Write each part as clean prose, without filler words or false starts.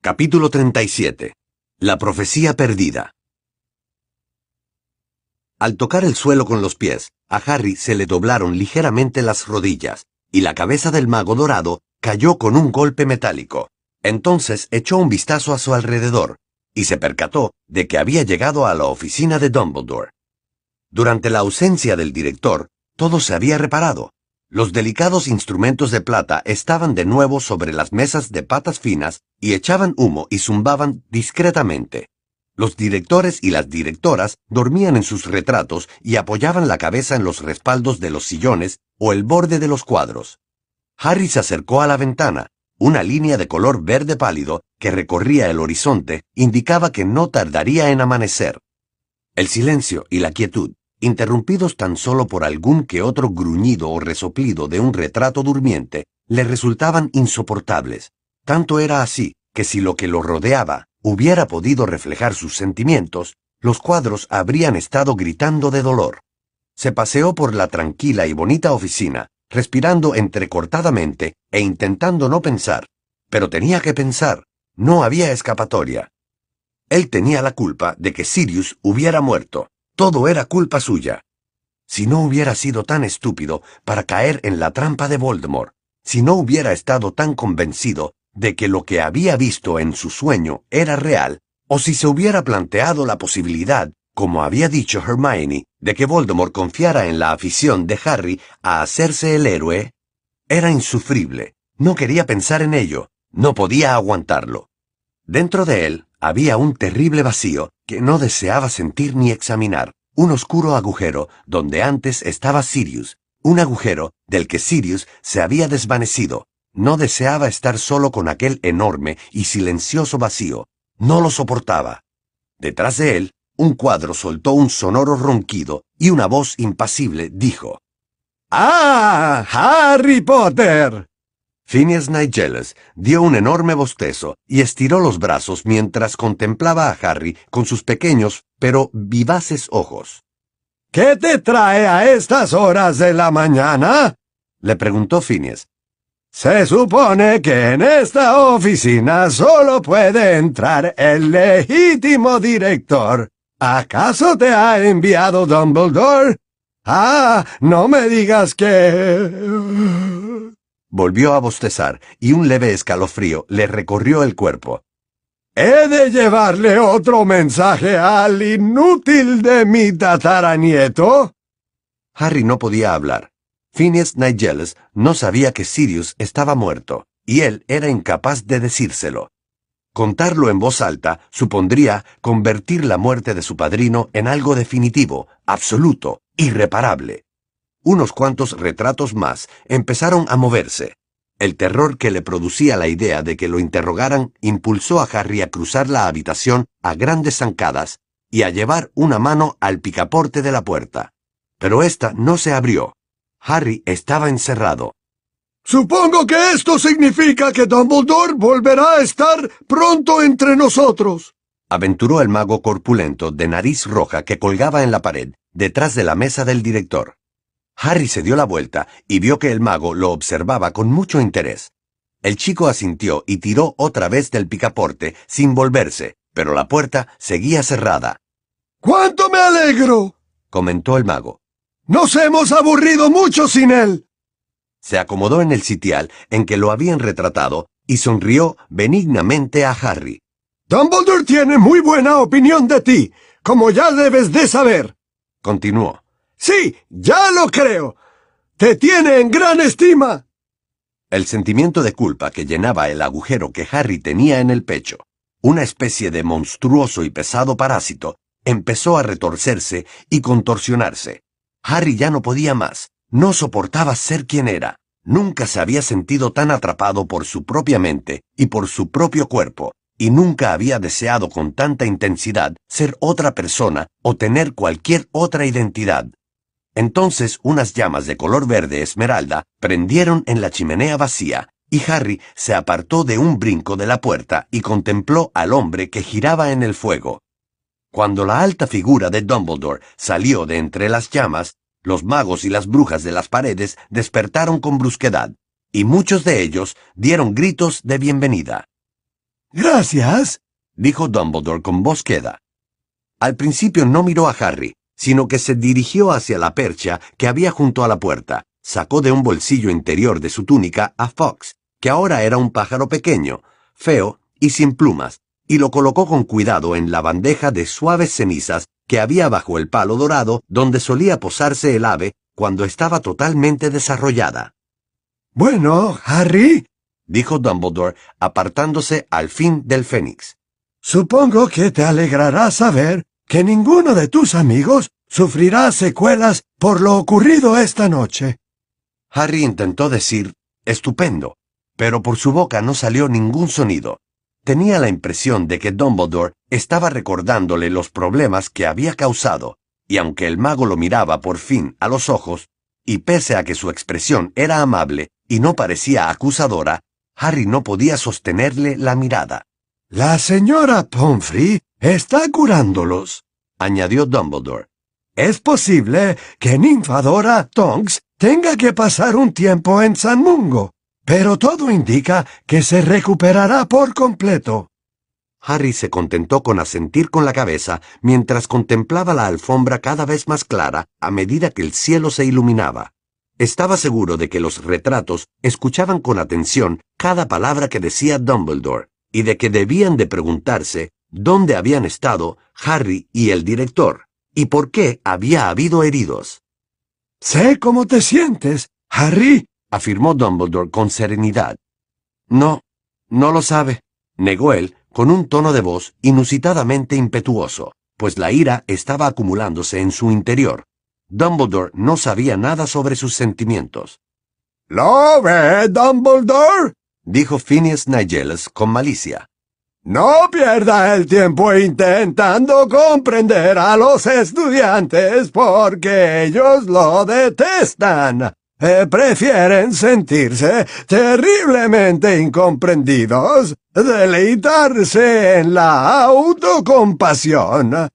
Capítulo 37. La profecía perdida. Al tocar el suelo con los pies, a Harry se le doblaron ligeramente las rodillas, y la cabeza del mago dorado cayó con un golpe metálico. Entonces echó un vistazo a su alrededor, y se percató de que había llegado a la oficina de Dumbledore. Durante la ausencia del director, todo se había reparado. Los delicados instrumentos de plata estaban de nuevo sobre las mesas de patas finas y echaban humo y zumbaban discretamente. Los directores y las directoras dormían en sus retratos y apoyaban la cabeza en los respaldos de los sillones o el borde de los cuadros. Harry se acercó a la ventana. Una línea de color verde pálido que recorría el horizonte indicaba que no tardaría en amanecer. El silencio y la quietud, interrumpidos tan solo por algún que otro gruñido o resoplido de un retrato durmiente, le resultaban insoportables. Tanto era así que si lo que lo rodeaba hubiera podido reflejar sus sentimientos, los cuadros habrían estado gritando de dolor. Se paseó por la tranquila y bonita oficina, respirando entrecortadamente e intentando no pensar. Pero tenía que pensar. No había escapatoria. Él tenía la culpa de que Sirius hubiera muerto. Todo era culpa suya. Si no hubiera sido tan estúpido para caer en la trampa de Voldemort, si no hubiera estado tan convencido de que lo que había visto en su sueño era real, o si se hubiera planteado la posibilidad, como había dicho Hermione, de que Voldemort confiara en la afición de Harry a hacerse el héroe, era insufrible. No quería pensar en ello, no podía aguantarlo. Dentro de él había un terrible vacío que no deseaba sentir ni examinar, un oscuro agujero donde antes estaba Sirius, un agujero del que Sirius se había desvanecido. No deseaba estar solo con aquel enorme y silencioso vacío, no lo soportaba. Detrás de él, un cuadro soltó un sonoro ronquido y una voz impasible dijo: ¡Ah, Harry Potter! Phineas Nigellus dio un enorme bostezo y estiró los brazos mientras contemplaba a Harry con sus pequeños pero vivaces ojos. ¿Qué te trae a estas horas de la mañana?, le preguntó Phineas. Se supone que en esta oficina solo puede entrar el legítimo director. ¿Acaso te ha enviado Dumbledore? Ah, no me digas que... Volvió a bostezar y un leve escalofrío le recorrió el cuerpo. ¿He de llevarle otro mensaje al inútil de mi tataranieto? Harry no podía hablar. Phineas Nigellus no sabía que Sirius estaba muerto, y él era incapaz de decírselo. Contarlo en voz alta supondría convertir la muerte de su padrino en algo definitivo, absoluto, irreparable. Unos cuantos retratos más empezaron a moverse. El terror que le producía la idea de que lo interrogaran impulsó a Harry a cruzar la habitación a grandes zancadas y a llevar una mano al picaporte de la puerta. Pero ésta no se abrió. Harry estaba encerrado. Supongo que esto significa que Dumbledore volverá a estar pronto entre nosotros, aventuró el mago corpulento de nariz roja que colgaba en la pared, detrás de la mesa del director. Harry se dio la vuelta y vio que el mago lo observaba con mucho interés. El chico asintió y tiró otra vez del picaporte sin volverse, pero la puerta seguía cerrada. ¡Cuánto me alegro!, comentó el mago. ¡Nos hemos aburrido mucho sin él! Se acomodó en el sitial en que lo habían retratado y sonrió benignamente a Harry. Dumbledore tiene muy buena opinión de ti, como ya debes de saber, continuó. Sí, ya lo creo. Te tiene en gran estima. El sentimiento de culpa que llenaba el agujero que Harry tenía en el pecho, una especie de monstruoso y pesado parásito, empezó a retorcerse y contorsionarse. Harry ya no podía más, no soportaba ser quien era. Nunca se había sentido tan atrapado por su propia mente y por su propio cuerpo, y nunca había deseado con tanta intensidad ser otra persona o tener cualquier otra identidad. Entonces unas llamas de color verde esmeralda prendieron en la chimenea vacía, y Harry se apartó de un brinco de la puerta y contempló al hombre que giraba en el fuego. Cuando la alta figura de Dumbledore salió de entre las llamas, los magos y las brujas de las paredes despertaron con brusquedad, y muchos de ellos dieron gritos de bienvenida. Gracias, dijo Dumbledore con voz queda. Al principio no miró a Harry, sino que se dirigió hacia la percha que había junto a la puerta. Sacó de un bolsillo interior de su túnica a Fox, que ahora era un pájaro pequeño, feo y sin plumas, y lo colocó con cuidado en la bandeja de suaves cenizas que había bajo el palo dorado donde solía posarse el ave cuando estaba totalmente desarrollada. Bueno, Harry, dijo Dumbledore, apartándose al fin del Fénix. Supongo que te alegrará saber que ninguno de tus amigos sufrirá secuelas por lo ocurrido esta noche. Harry intentó decir «estupendo», pero por su boca no salió ningún sonido. Tenía la impresión de que Dumbledore estaba recordándole los problemas que había causado, y aunque el mago lo miraba por fin a los ojos, y pese a que su expresión era amable y no parecía acusadora, Harry no podía sostenerle la mirada. La señora Pomfrey está curándolos, añadió Dumbledore. Es posible que Ninfadora Tonks tenga que pasar un tiempo en San Mungo, pero todo indica que se recuperará por completo. Harry se contentó con asentir con la cabeza mientras contemplaba la alfombra cada vez más clara a medida que el cielo se iluminaba. Estaba seguro de que los retratos escuchaban con atención cada palabra que decía Dumbledore, y de que debían de preguntarse dónde habían estado Harry y el director, y por qué había habido heridos. «Sé cómo te sientes, Harry», afirmó Dumbledore con serenidad. No lo sabe», negó él con un tono de voz inusitadamente impetuoso, pues la ira estaba acumulándose en su interior. Dumbledore no sabía nada sobre sus sentimientos. «¿Lo ve, Dumbledore?», dijo Phineas Nigellus con malicia. «No pierda el tiempo intentando comprender a los estudiantes porque ellos lo detestan. Prefieren sentirse terriblemente incomprendidos, deleitarse en la autocompasión,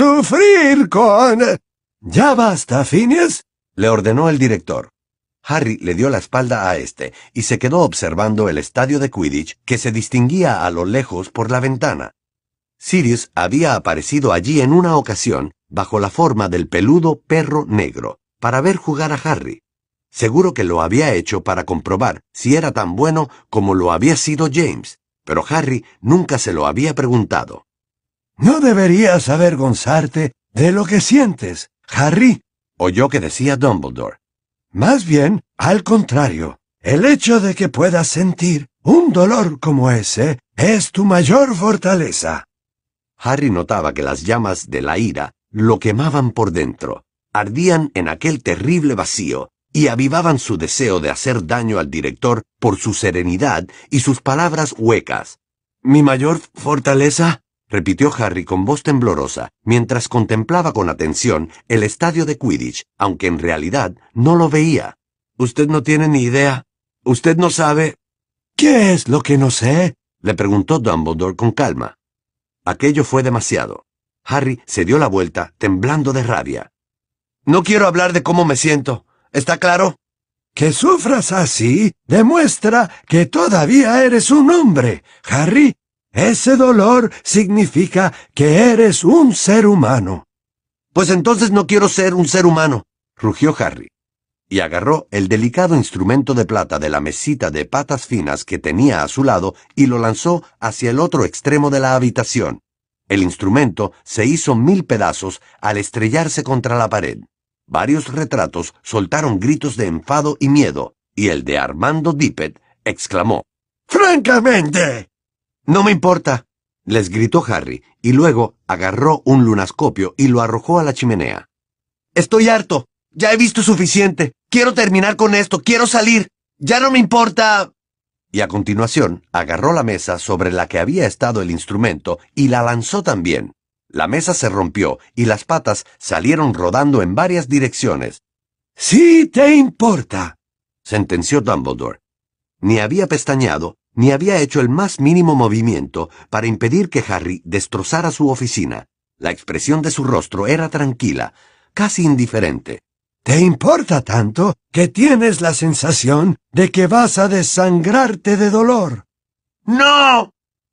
sufrir con...» «Ya basta, Phineas», le ordenó el director. Harry le dio la espalda a este y se quedó observando el estadio de Quidditch que se distinguía a lo lejos por la ventana. Sirius había aparecido allí en una ocasión bajo la forma del peludo perro negro para ver jugar a Harry. Seguro que lo había hecho para comprobar si era tan bueno como lo había sido James, pero Harry nunca se lo había preguntado. «No deberías avergonzarte de lo que sientes, Harry», oyó que decía Dumbledore. «Más bien, al contrario, el hecho de que puedas sentir un dolor como ese es tu mayor fortaleza». Harry notaba que las llamas de la ira lo quemaban por dentro, ardían en aquel terrible vacío y avivaban su deseo de hacer daño al director por su serenidad y sus palabras huecas. «¿Mi mayor fortaleza?», repitió Harry con voz temblorosa, mientras contemplaba con atención el estadio de Quidditch, aunque en realidad no lo veía. «Usted no tiene ni idea. Usted no sabe...» «¿Qué es lo que no sé?», le preguntó Dumbledore con calma. Aquello fue demasiado. Harry se dio la vuelta, temblando de rabia. «No quiero hablar de cómo me siento. ¿Está claro?» «Que sufras así demuestra que todavía eres un hombre, Harry. Ese dolor significa que eres un ser humano». «Pues entonces no quiero ser un ser humano», rugió Harry, y agarró el delicado instrumento de plata de la mesita de patas finas que tenía a su lado y lo lanzó hacia el otro extremo de la habitación. El instrumento se hizo 1000 pedazos al estrellarse contra la pared. Varios retratos soltaron gritos de enfado y miedo, y el de Armando Dippet exclamó: «¡Francamente!». «No me importa», les gritó Harry, y luego agarró un lunascopio y lo arrojó a la chimenea. «Estoy harto. Ya he visto suficiente. Quiero terminar con esto. Quiero salir. Ya no me importa...» Y a continuación agarró la mesa sobre la que había estado el instrumento y la lanzó también. La mesa se rompió y las patas salieron rodando en varias direcciones. «Sí te importa», sentenció Dumbledore. Ni había pestañeado, ni había hecho el más mínimo movimiento para impedir que Harry destrozara su oficina. La expresión de su rostro era tranquila, casi indiferente. «Te importa tanto que tienes la sensación de que vas a desangrarte de dolor». «¡No!»,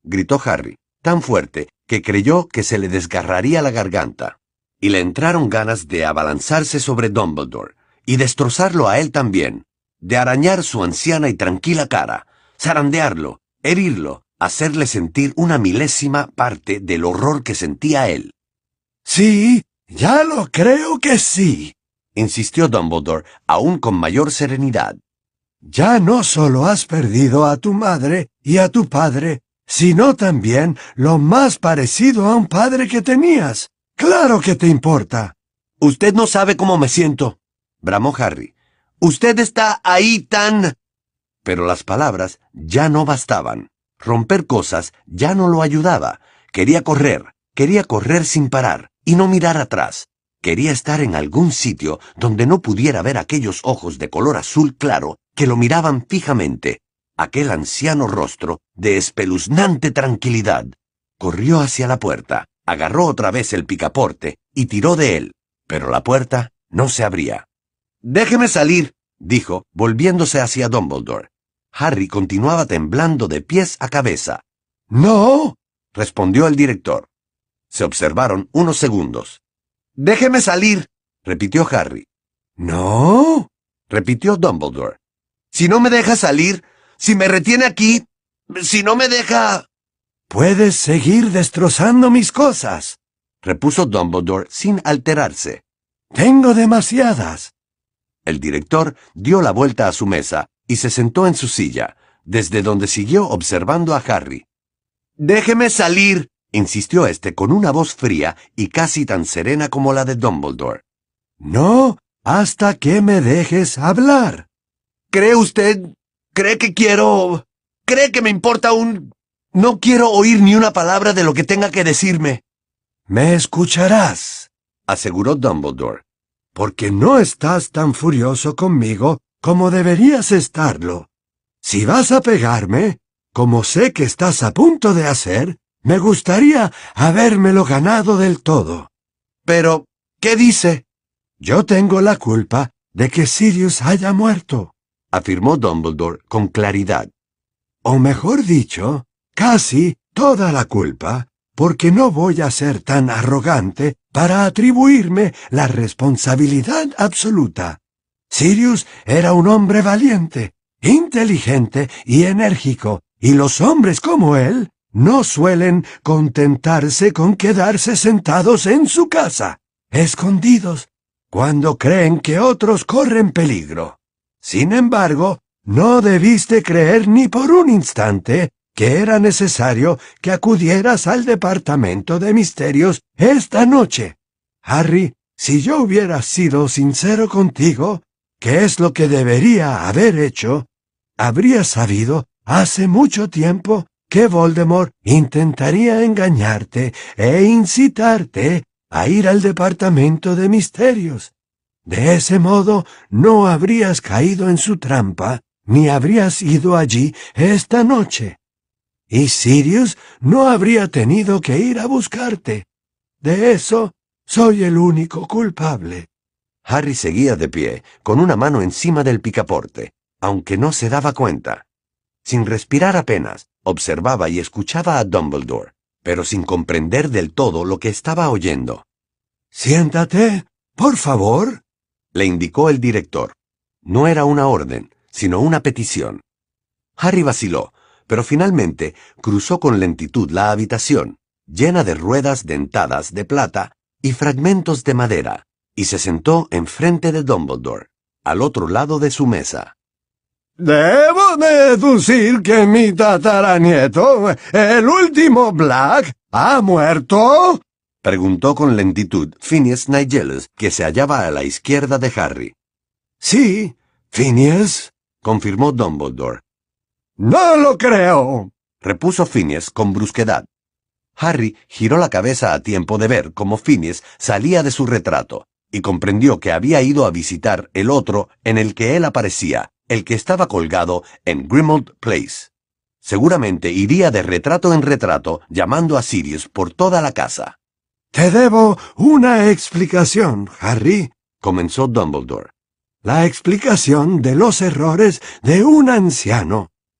gritó Harry, tan fuerte que creyó que se le desgarraría la garganta. Y le entraron ganas de abalanzarse sobre Dumbledore y destrozarlo a él también, de arañar su anciana y tranquila cara, zarandearlo, herirlo, hacerle sentir una milésima parte del horror que sentía él. Sí, ya lo creo que sí, insistió Dumbledore, aún con mayor serenidad. Ya no solo has perdido a tu madre y a tu padre, sino también lo más parecido a un padre que tenías. ¡Claro que te importa! Usted no sabe cómo me siento, bramó Harry. Usted está ahí tan... Pero las palabras ya no bastaban. Romper cosas ya no lo ayudaba. Quería correr sin parar y no mirar atrás. Quería estar en algún sitio donde no pudiera ver aquellos ojos de color azul claro que lo miraban fijamente, aquel anciano rostro de espeluznante tranquilidad. Corrió hacia la puerta, agarró otra vez el picaporte y tiró de él, pero la puerta no se abría. «Déjeme salir», dijo, volviéndose hacia Dumbledore. Harry continuaba temblando de pies a cabeza. «¡No!», respondió el director. Se observaron unos segundos. «Déjeme salir», repitió Harry. «¿No?», repitió Dumbledore. «Si no me deja salir, si me retiene aquí, si no me deja...» «Puedes seguir destrozando mis cosas», repuso Dumbledore sin alterarse. «Tengo demasiadas». El director dio la vuelta a su mesa y se sentó en su silla, desde donde siguió observando a Harry. «Déjeme salir», insistió éste con una voz fría y casi tan serena como la de Dumbledore. «No, hasta que me dejes hablar». «¿Cree usted? ¿Cree que quiero? ¿Cree que me importa un...? No quiero oír ni una palabra de lo que tenga que decirme». «Me escucharás», aseguró Dumbledore. «porque no estás tan furioso conmigo como deberías estarlo. Si vas a pegarme, como sé que estás a punto de hacer, me gustaría habérmelo ganado del todo». «Pero, ¿qué dice?» «Yo tengo la culpa de que Sirius haya muerto», afirmó Dumbledore con claridad. «O mejor dicho, casi toda la culpa, porque no voy a ser tan arrogante para atribuirme la responsabilidad absoluta. Sirius era un hombre valiente, inteligente y enérgico, y los hombres como él no suelen contentarse con quedarse sentados en su casa, escondidos, cuando creen que otros corren peligro. Sin embargo, no debiste creer ni por un instante que era necesario que acudieras al departamento de misterios esta noche. Harry, si yo hubiera sido sincero contigo, que es lo que debería haber hecho, habría sabido hace mucho tiempo que Voldemort intentaría engañarte e incitarte a ir al departamento de misterios. De ese modo no habrías caído en su trampa, ni habrías ido allí esta noche. Y Sirius no habría tenido que ir a buscarte. De eso soy el único culpable». Harry seguía de pie, con una mano encima del picaporte, aunque no se daba cuenta. Sin respirar apenas, observaba y escuchaba a Dumbledore, pero sin comprender del todo lo que estaba oyendo. «Siéntate, por favor», le indicó el director. No era una orden, sino una petición. Harry vaciló, pero finalmente cruzó con lentitud la habitación, llena de ruedas dentadas de plata y fragmentos de madera, y se sentó enfrente de Dumbledore, al otro lado de su mesa. «Debo deducir que mi tataranieto, el último Black, ha muerto», preguntó con lentitud Phineas Nigellus, que se hallaba a la izquierda de Harry. «Sí, Phineas», confirmó Dumbledore. «No lo creo», repuso Phineas con brusquedad. Harry giró la cabeza a tiempo de ver cómo Phineas salía de su retrato, y comprendió que había ido a visitar el otro en el que él aparecía, el que estaba colgado en Grimmauld Place. Seguramente iría de retrato en retrato, llamando a Sirius por toda la casa. «Te debo una explicación, Harry», comenzó Dumbledore. «La explicación de los errores de un anciano.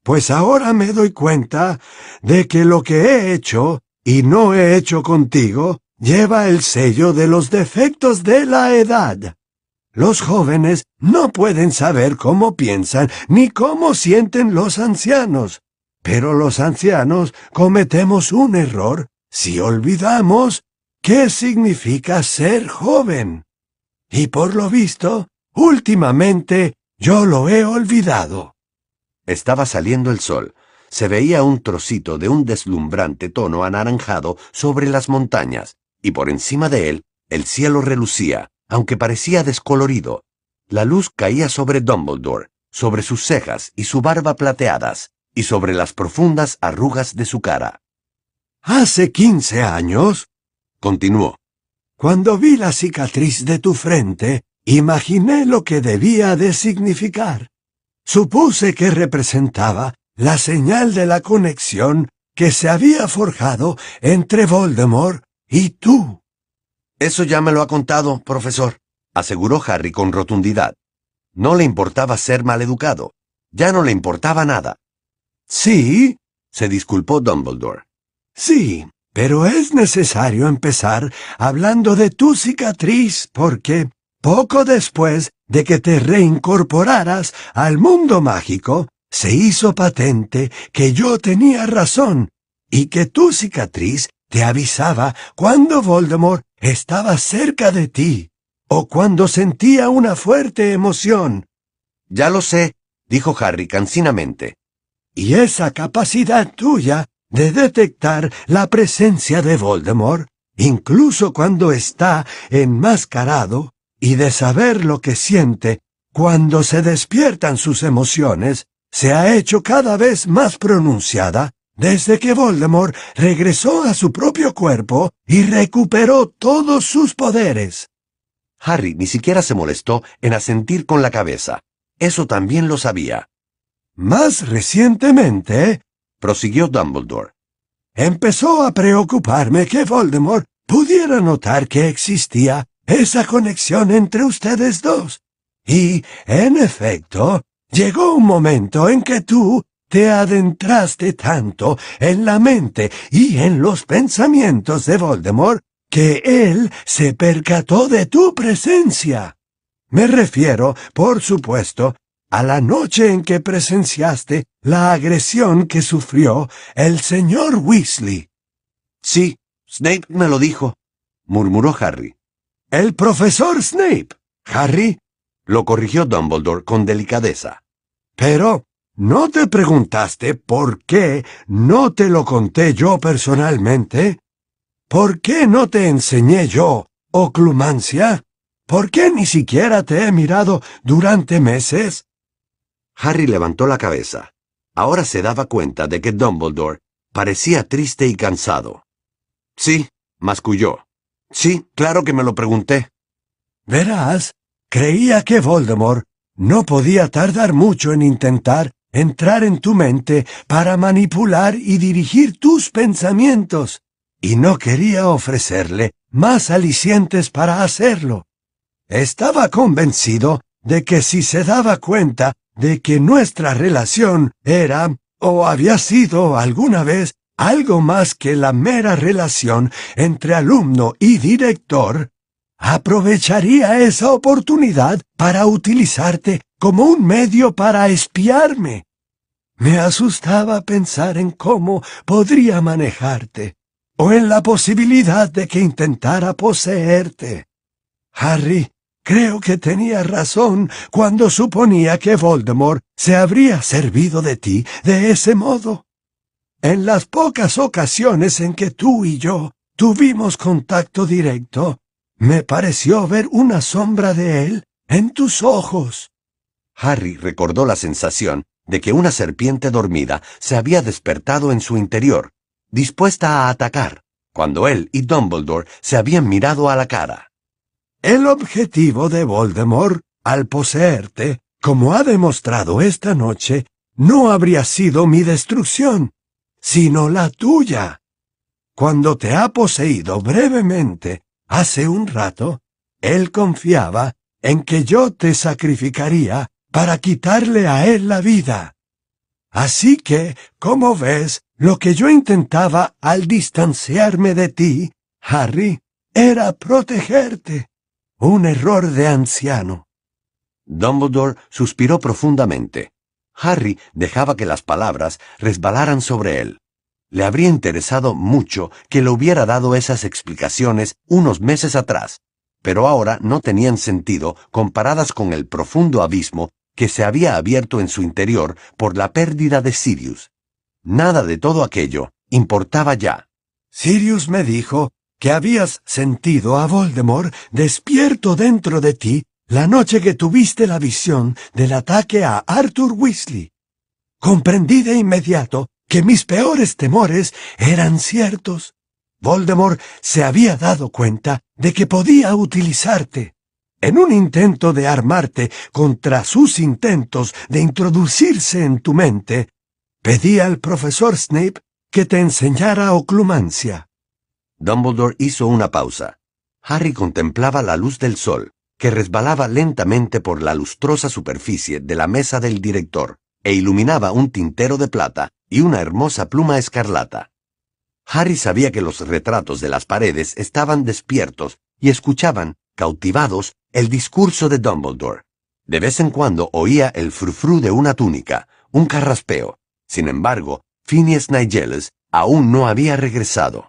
pues ahora me doy cuenta de que lo que he hecho y no he hecho contigo lleva el sello de los defectos de la edad. Los jóvenes no pueden saber cómo piensan ni cómo sienten los ancianos, pero los ancianos cometemos un error si olvidamos qué significa ser joven. Y por lo visto, últimamente yo lo he olvidado. Estaba saliendo el sol. Se veía un trocito de un deslumbrante tono anaranjado sobre las montañas, y por encima de él, el cielo relucía, aunque parecía descolorido. La luz caía sobre Dumbledore, sobre sus cejas y su barba plateadas, y sobre las profundas arrugas de su cara. Hace 15 años, continuó, cuando vi la cicatriz de tu frente, imaginé lo que debía de significar. Supuse que representaba la señal de la conexión que se había forjado entre Voldemort y tú. Eso ya me lo ha contado, profesor, aseguró Harry con rotundidad. No le importaba ser maleducado. Ya no le importaba nada. ¿Sí? Se disculpó Dumbledore. Sí, pero es necesario empezar hablando de tu cicatriz porque poco después de que te reincorporaras al mundo mágico, se hizo patente que yo tenía razón y que tu cicatriz te avisaba cuando Voldemort estaba cerca de ti o cuando sentía una fuerte emoción. Ya lo sé, dijo Harry cansinamente. Y esa capacidad tuya de detectar la presencia de Voldemort, incluso cuando está enmascarado, y de saber lo que siente cuando se despiertan sus emociones, se ha hecho cada vez más pronunciada desde que Voldemort regresó a su propio cuerpo y recuperó todos sus poderes. Harry ni siquiera se molestó en asentir con la cabeza. Eso también lo sabía. Más recientemente, prosiguió Dumbledore, empezó a preocuparme que Voldemort pudiera notar que existía esa conexión entre ustedes dos. Y, en efecto, llegó un momento en que tú te adentraste tanto en la mente y en los pensamientos de Voldemort que él se percató de tu presencia. Me refiero, por supuesto, a la noche en que presenciaste la agresión que sufrió el señor Weasley. Sí, Snape me lo dijo, murmuró Harry. El profesor Snape, Harry, lo corrigió Dumbledore con delicadeza. Pero, ¿no te preguntaste por qué no te lo conté yo personalmente? ¿Por qué no te enseñé yo oclumancia? ¿Por qué ni siquiera te he mirado durante meses? Harry levantó la cabeza. Ahora se daba cuenta de que Dumbledore parecía triste y cansado. Sí, masculló. Sí, claro que me lo pregunté. Verás, creía que Voldemort no podía tardar mucho en intentar entrar en tu mente para manipular y dirigir tus pensamientos, y no quería ofrecerle más alicientes para hacerlo. Estaba convencido de que si se daba cuenta de que nuestra relación era, o había sido alguna vez, algo más que la mera relación entre alumno y director, aprovecharía esa oportunidad para utilizarte como un medio para espiarme. Me asustaba pensar en cómo podría manejarte, o en la posibilidad de que intentara poseerte. Harry, creo que tenía razón cuando suponía que Voldemort se habría servido de ti de ese modo. En las pocas ocasiones en que tú y yo tuvimos contacto directo, me pareció ver una sombra de él en tus ojos. Harry recordó la sensación de que una serpiente dormida se había despertado en su interior, dispuesta a atacar, cuando él y Dumbledore se habían mirado a la cara. El objetivo de Voldemort, al poseerte, como ha demostrado esta noche, no habría sido mi destrucción, sino la tuya. Cuando te ha poseído brevemente, hace un rato, él confiaba en que yo te sacrificaría para quitarle a él la vida. Así que, como ves, lo que yo intentaba al distanciarme de ti, Harry, era protegerte. Un error de anciano. Dumbledore suspiró profundamente. Harry dejaba que las palabras resbalaran sobre él. Le habría interesado mucho que le hubiera dado esas explicaciones unos meses atrás, pero ahora no tenían sentido comparadas con el profundo abismo que se había abierto en su interior por la pérdida de Sirius. Nada de todo aquello importaba ya. Sirius me dijo que habías sentido a Voldemort despierto dentro de ti la noche que tuviste la visión del ataque a Arthur Weasley. Comprendí de inmediato que mis peores temores eran ciertos. Voldemort se había dado cuenta de que podía utilizarte. En un intento de armarte contra sus intentos de introducirse en tu mente, pedí al profesor Snape que te enseñara oclumancia. Dumbledore hizo una pausa. Harry contemplaba la luz del sol, que resbalaba lentamente por la lustrosa superficie de la mesa del director, e iluminaba un tintero de plata y una hermosa pluma escarlata. Harry sabía que los retratos de las paredes estaban despiertos y escuchaban, cautivados, el discurso de Dumbledore. De vez en cuando oía el frufrú de una túnica, un carraspeo. Sin embargo, Phineas Nigellus aún no había regresado.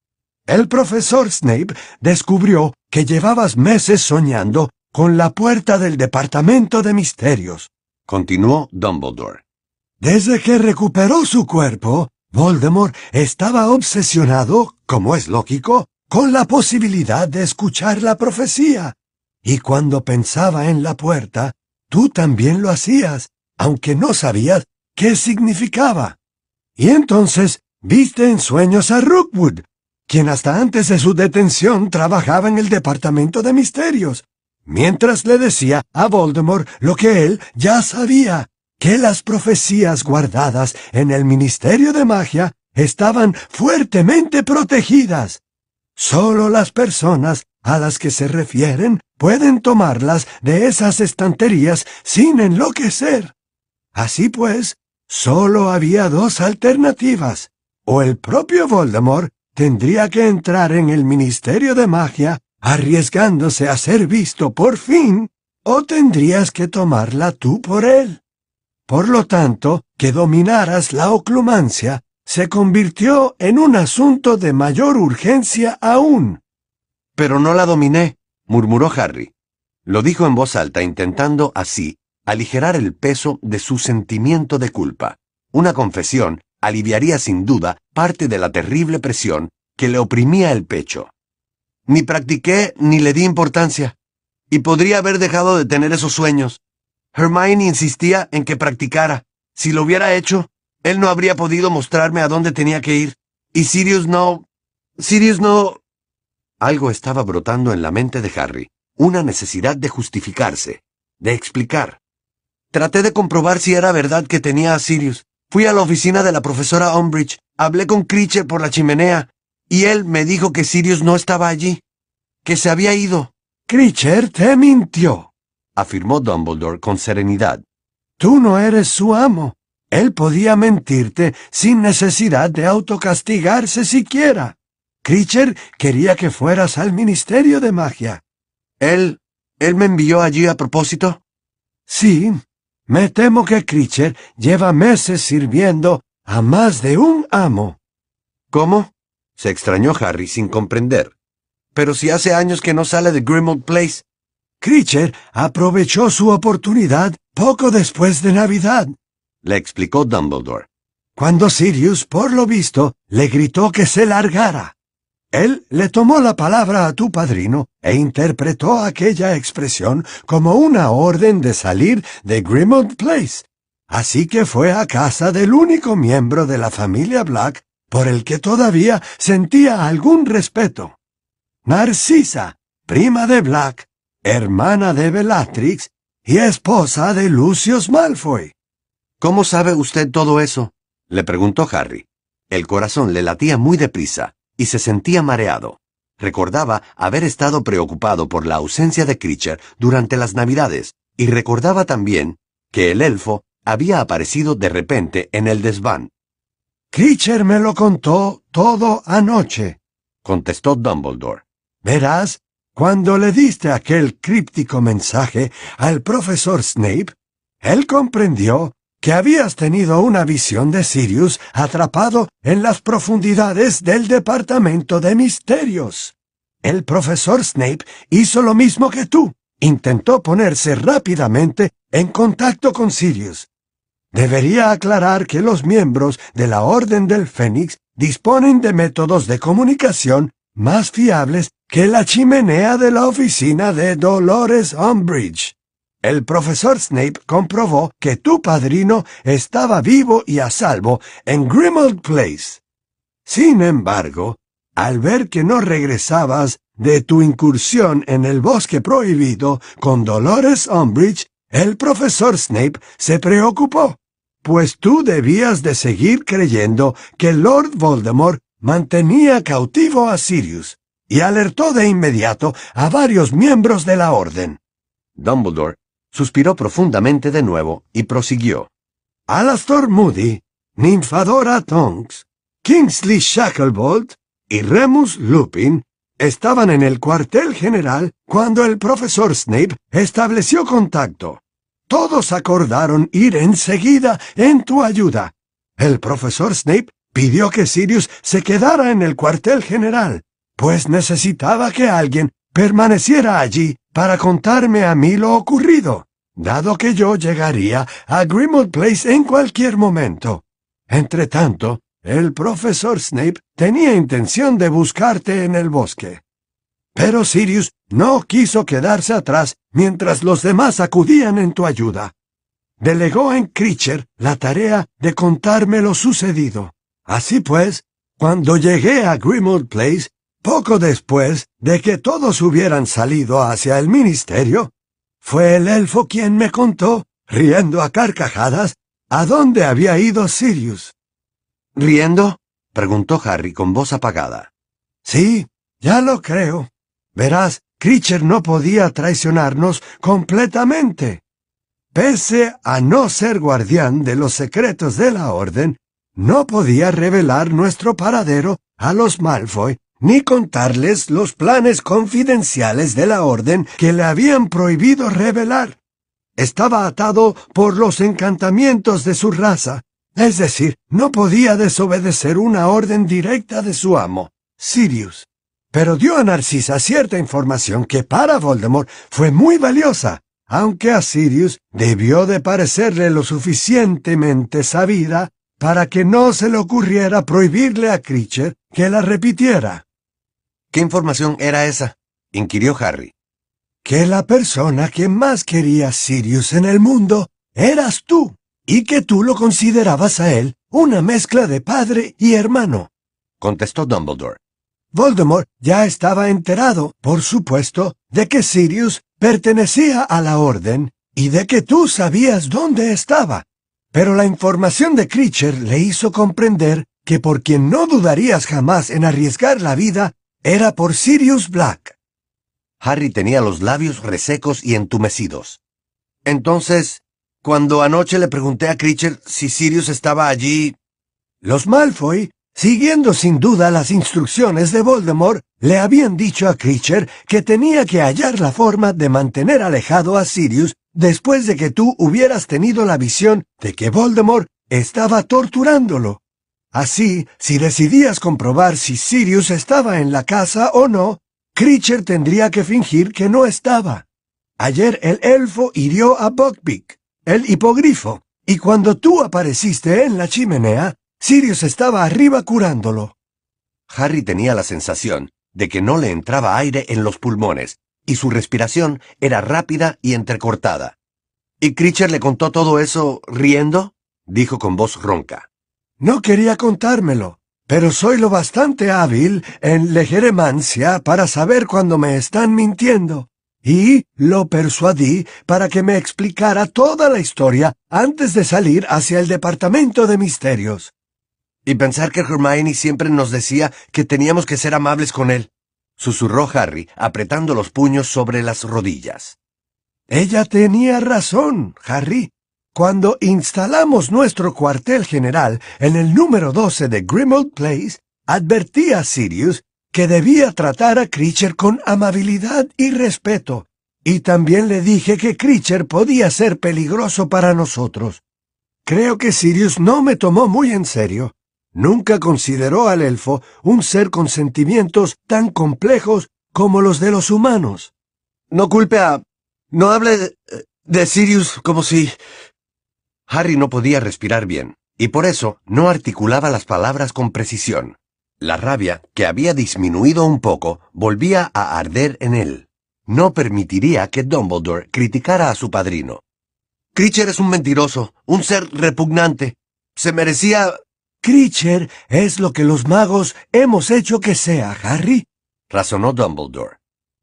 El profesor Snape descubrió que llevabas meses soñando con la puerta del Departamento de Misterios, continuó Dumbledore. Desde que recuperó su cuerpo, Voldemort estaba obsesionado, como es lógico, con la posibilidad de escuchar la profecía. Y cuando pensaba en la puerta, tú también lo hacías, aunque no sabías qué significaba. Y entonces viste en sueños a Rookwood, quien hasta antes de su detención trabajaba en el Departamento de Misterios, mientras le decía a Voldemort lo que él ya sabía, que las profecías guardadas en el Ministerio de Magia estaban fuertemente protegidas. Solo las personas a las que se refieren pueden tomarlas de esas estanterías sin enloquecer. Así pues, solo había dos alternativas. O el propio Voldemort tendría que entrar en el Ministerio de Magia, arriesgándose a ser visto por fin, o tendrías que tomarla tú por él. Por lo tanto, que dominaras la oclumancia se convirtió en un asunto de mayor urgencia aún. Pero no la dominé, murmuró Harry. Lo dijo en voz alta, intentando así aligerar el peso de su sentimiento de culpa. Una confesión aliviaría sin duda parte de la terrible presión que le oprimía el pecho. Ni practiqué ni le di importancia. Y podría haber dejado de tener esos sueños. Hermione insistía en que practicara. Si lo hubiera hecho, él no habría podido mostrarme a dónde tenía que ir. Y Sirius no... Algo estaba brotando en la mente de Harry. Una necesidad de justificarse, de explicar. Traté de comprobar si era verdad que tenía a Sirius. Fui a la oficina de la profesora Umbridge, hablé con Kreacher por la chimenea, y él me dijo que Sirius no estaba allí, que se había ido. Kreacher te mintió, afirmó Dumbledore con serenidad. Tú no eres su amo. Él podía mentirte sin necesidad de autocastigarse siquiera. Kreacher quería que fueras al Ministerio de Magia. ¿Él me envió allí a propósito? Sí. Me temo que Kreacher lleva meses sirviendo a más de un amo. ¿Cómo? Se extrañó Harry sin comprender. Pero si hace años que no sale de Grimmauld Place. Kreacher aprovechó su oportunidad poco después de Navidad, le explicó Dumbledore. Cuando Sirius, por lo visto, le gritó que se largara. Él le tomó la palabra a tu padrino e interpretó aquella expresión como una orden de salir de Grimmauld Place. Así que fue a casa del único miembro de la familia Black por el que todavía sentía algún respeto. Narcisa, prima de Black, hermana de Bellatrix y esposa de Lucius Malfoy. ¿Cómo sabe usted todo eso?, le preguntó Harry. El corazón le latía muy deprisa y se sentía mareado. Recordaba haber estado preocupado por la ausencia de Kreacher durante las Navidades y recordaba también que el elfo había aparecido de repente en el desván. «Creacher me lo contó todo anoche», contestó Dumbledore. «Verás, cuando le diste aquel críptico mensaje al profesor Snape, él comprendió que habías tenido una visión de Sirius atrapado en las profundidades del Departamento de Misterios. El profesor Snape hizo lo mismo que tú. Intentó ponerse rápidamente en contacto con Sirius. Debería aclarar que los miembros de la Orden del Fénix disponen de métodos de comunicación más fiables que la chimenea de la oficina de Dolores Umbridge. El profesor Snape comprobó que tu padrino estaba vivo y a salvo en Grimmauld Place. Sin embargo, al ver que no regresabas de tu incursión en el bosque prohibido con Dolores Umbridge, el profesor Snape se preocupó, pues tú debías de seguir creyendo que Lord Voldemort mantenía cautivo a Sirius, y alertó de inmediato a varios miembros de la Orden. Dumbledore suspiró profundamente de nuevo y prosiguió. Alastor Moody, Nymphadora Tonks, Kingsley Shacklebolt y Remus Lupin estaban en el cuartel general cuando el profesor Snape estableció contacto. Todos acordaron ir enseguida en tu ayuda. El profesor Snape pidió que Sirius se quedara en el cuartel general, pues necesitaba que alguien permaneciera allí para contarme a mí lo ocurrido, dado que yo llegaría a Grimmauld Place en cualquier momento. Entretanto, el profesor Snape tenía intención de buscarte en el bosque. Pero Sirius no quiso quedarse atrás mientras los demás acudían en tu ayuda. Delegó en Creacher la tarea de contarme lo sucedido. Así pues, cuando llegué a Grimmauld Place, poco después de que todos hubieran salido hacia el ministerio, fue el elfo quien me contó, riendo a carcajadas, a dónde había ido Sirius. ¿Riendo?, preguntó Harry con voz apagada. Sí, ya lo creo. Verás, Creacher no podía traicionarnos completamente. Pese a no ser guardián de los secretos de la Orden, no podía revelar nuestro paradero a los Malfoy, ni contarles los planes confidenciales de la Orden que le habían prohibido revelar. Estaba atado por los encantamientos de su raza, es decir, no podía desobedecer una orden directa de su amo, Sirius. Pero dio a Narcisa cierta información que para Voldemort fue muy valiosa, aunque a Sirius debió de parecerle lo suficientemente sabida para que no se le ocurriera prohibirle a Creacher que la repitiera. ¿Qué información era esa?, inquirió Harry. Que la persona que más quería a Sirius en el mundo eras tú, y que tú lo considerabas a él una mezcla de padre y hermano, contestó Dumbledore. Voldemort ya estaba enterado, por supuesto, de que Sirius pertenecía a la Orden y de que tú sabías dónde estaba. Pero la información de Creacher le hizo comprender que por quien no dudarías jamás en arriesgar la vida era por Sirius Black. Harry tenía los labios resecos y entumecidos. Entonces, cuando anoche le pregunté a Creacher si Sirius estaba allí... Los Malfoy, siguiendo sin duda las instrucciones de Voldemort, le habían dicho a Creacher que tenía que hallar la forma de mantener alejado a Sirius después de que tú hubieras tenido la visión de que Voldemort estaba torturándolo. Así, si decidías comprobar si Sirius estaba en la casa o no, Creacher tendría que fingir que no estaba. Ayer el elfo hirió a Buckbeak, el hipogrifo, y cuando tú apareciste en la chimenea, Sirius estaba arriba curándolo. Harry tenía la sensación de que no le entraba aire en los pulmones, y su respiración era rápida y entrecortada. ¿Y Creacher le contó todo eso riendo?, dijo con voz ronca. No quería contármelo, pero soy lo bastante hábil en legeremancia para saber cuando me están mintiendo, y lo persuadí para que me explicara toda la historia antes de salir hacia el Departamento de Misterios. Y pensar que Hermione siempre nos decía que teníamos que ser amables con él, susurró Harry, apretando los puños sobre las rodillas. Ella tenía razón, Harry. Cuando instalamos nuestro cuartel general en el número 12 de Grimmauld Place, advertí a Sirius que debía tratar a Creature con amabilidad y respeto, y también le dije que Creature podía ser peligroso para nosotros. Creo que Sirius no me tomó muy en serio. Nunca consideró al elfo un ser con sentimientos tan complejos como los de los humanos. No culpe a... No hable de Sirius como si... Harry no podía respirar bien, y por eso no articulaba las palabras con precisión. La rabia, que había disminuido un poco, volvía a arder en él. No permitiría que Dumbledore criticara a su padrino. Creature es un mentiroso, un ser repugnante. Se merecía... Creature es lo que los magos hemos hecho que sea, Harry, razonó Dumbledore.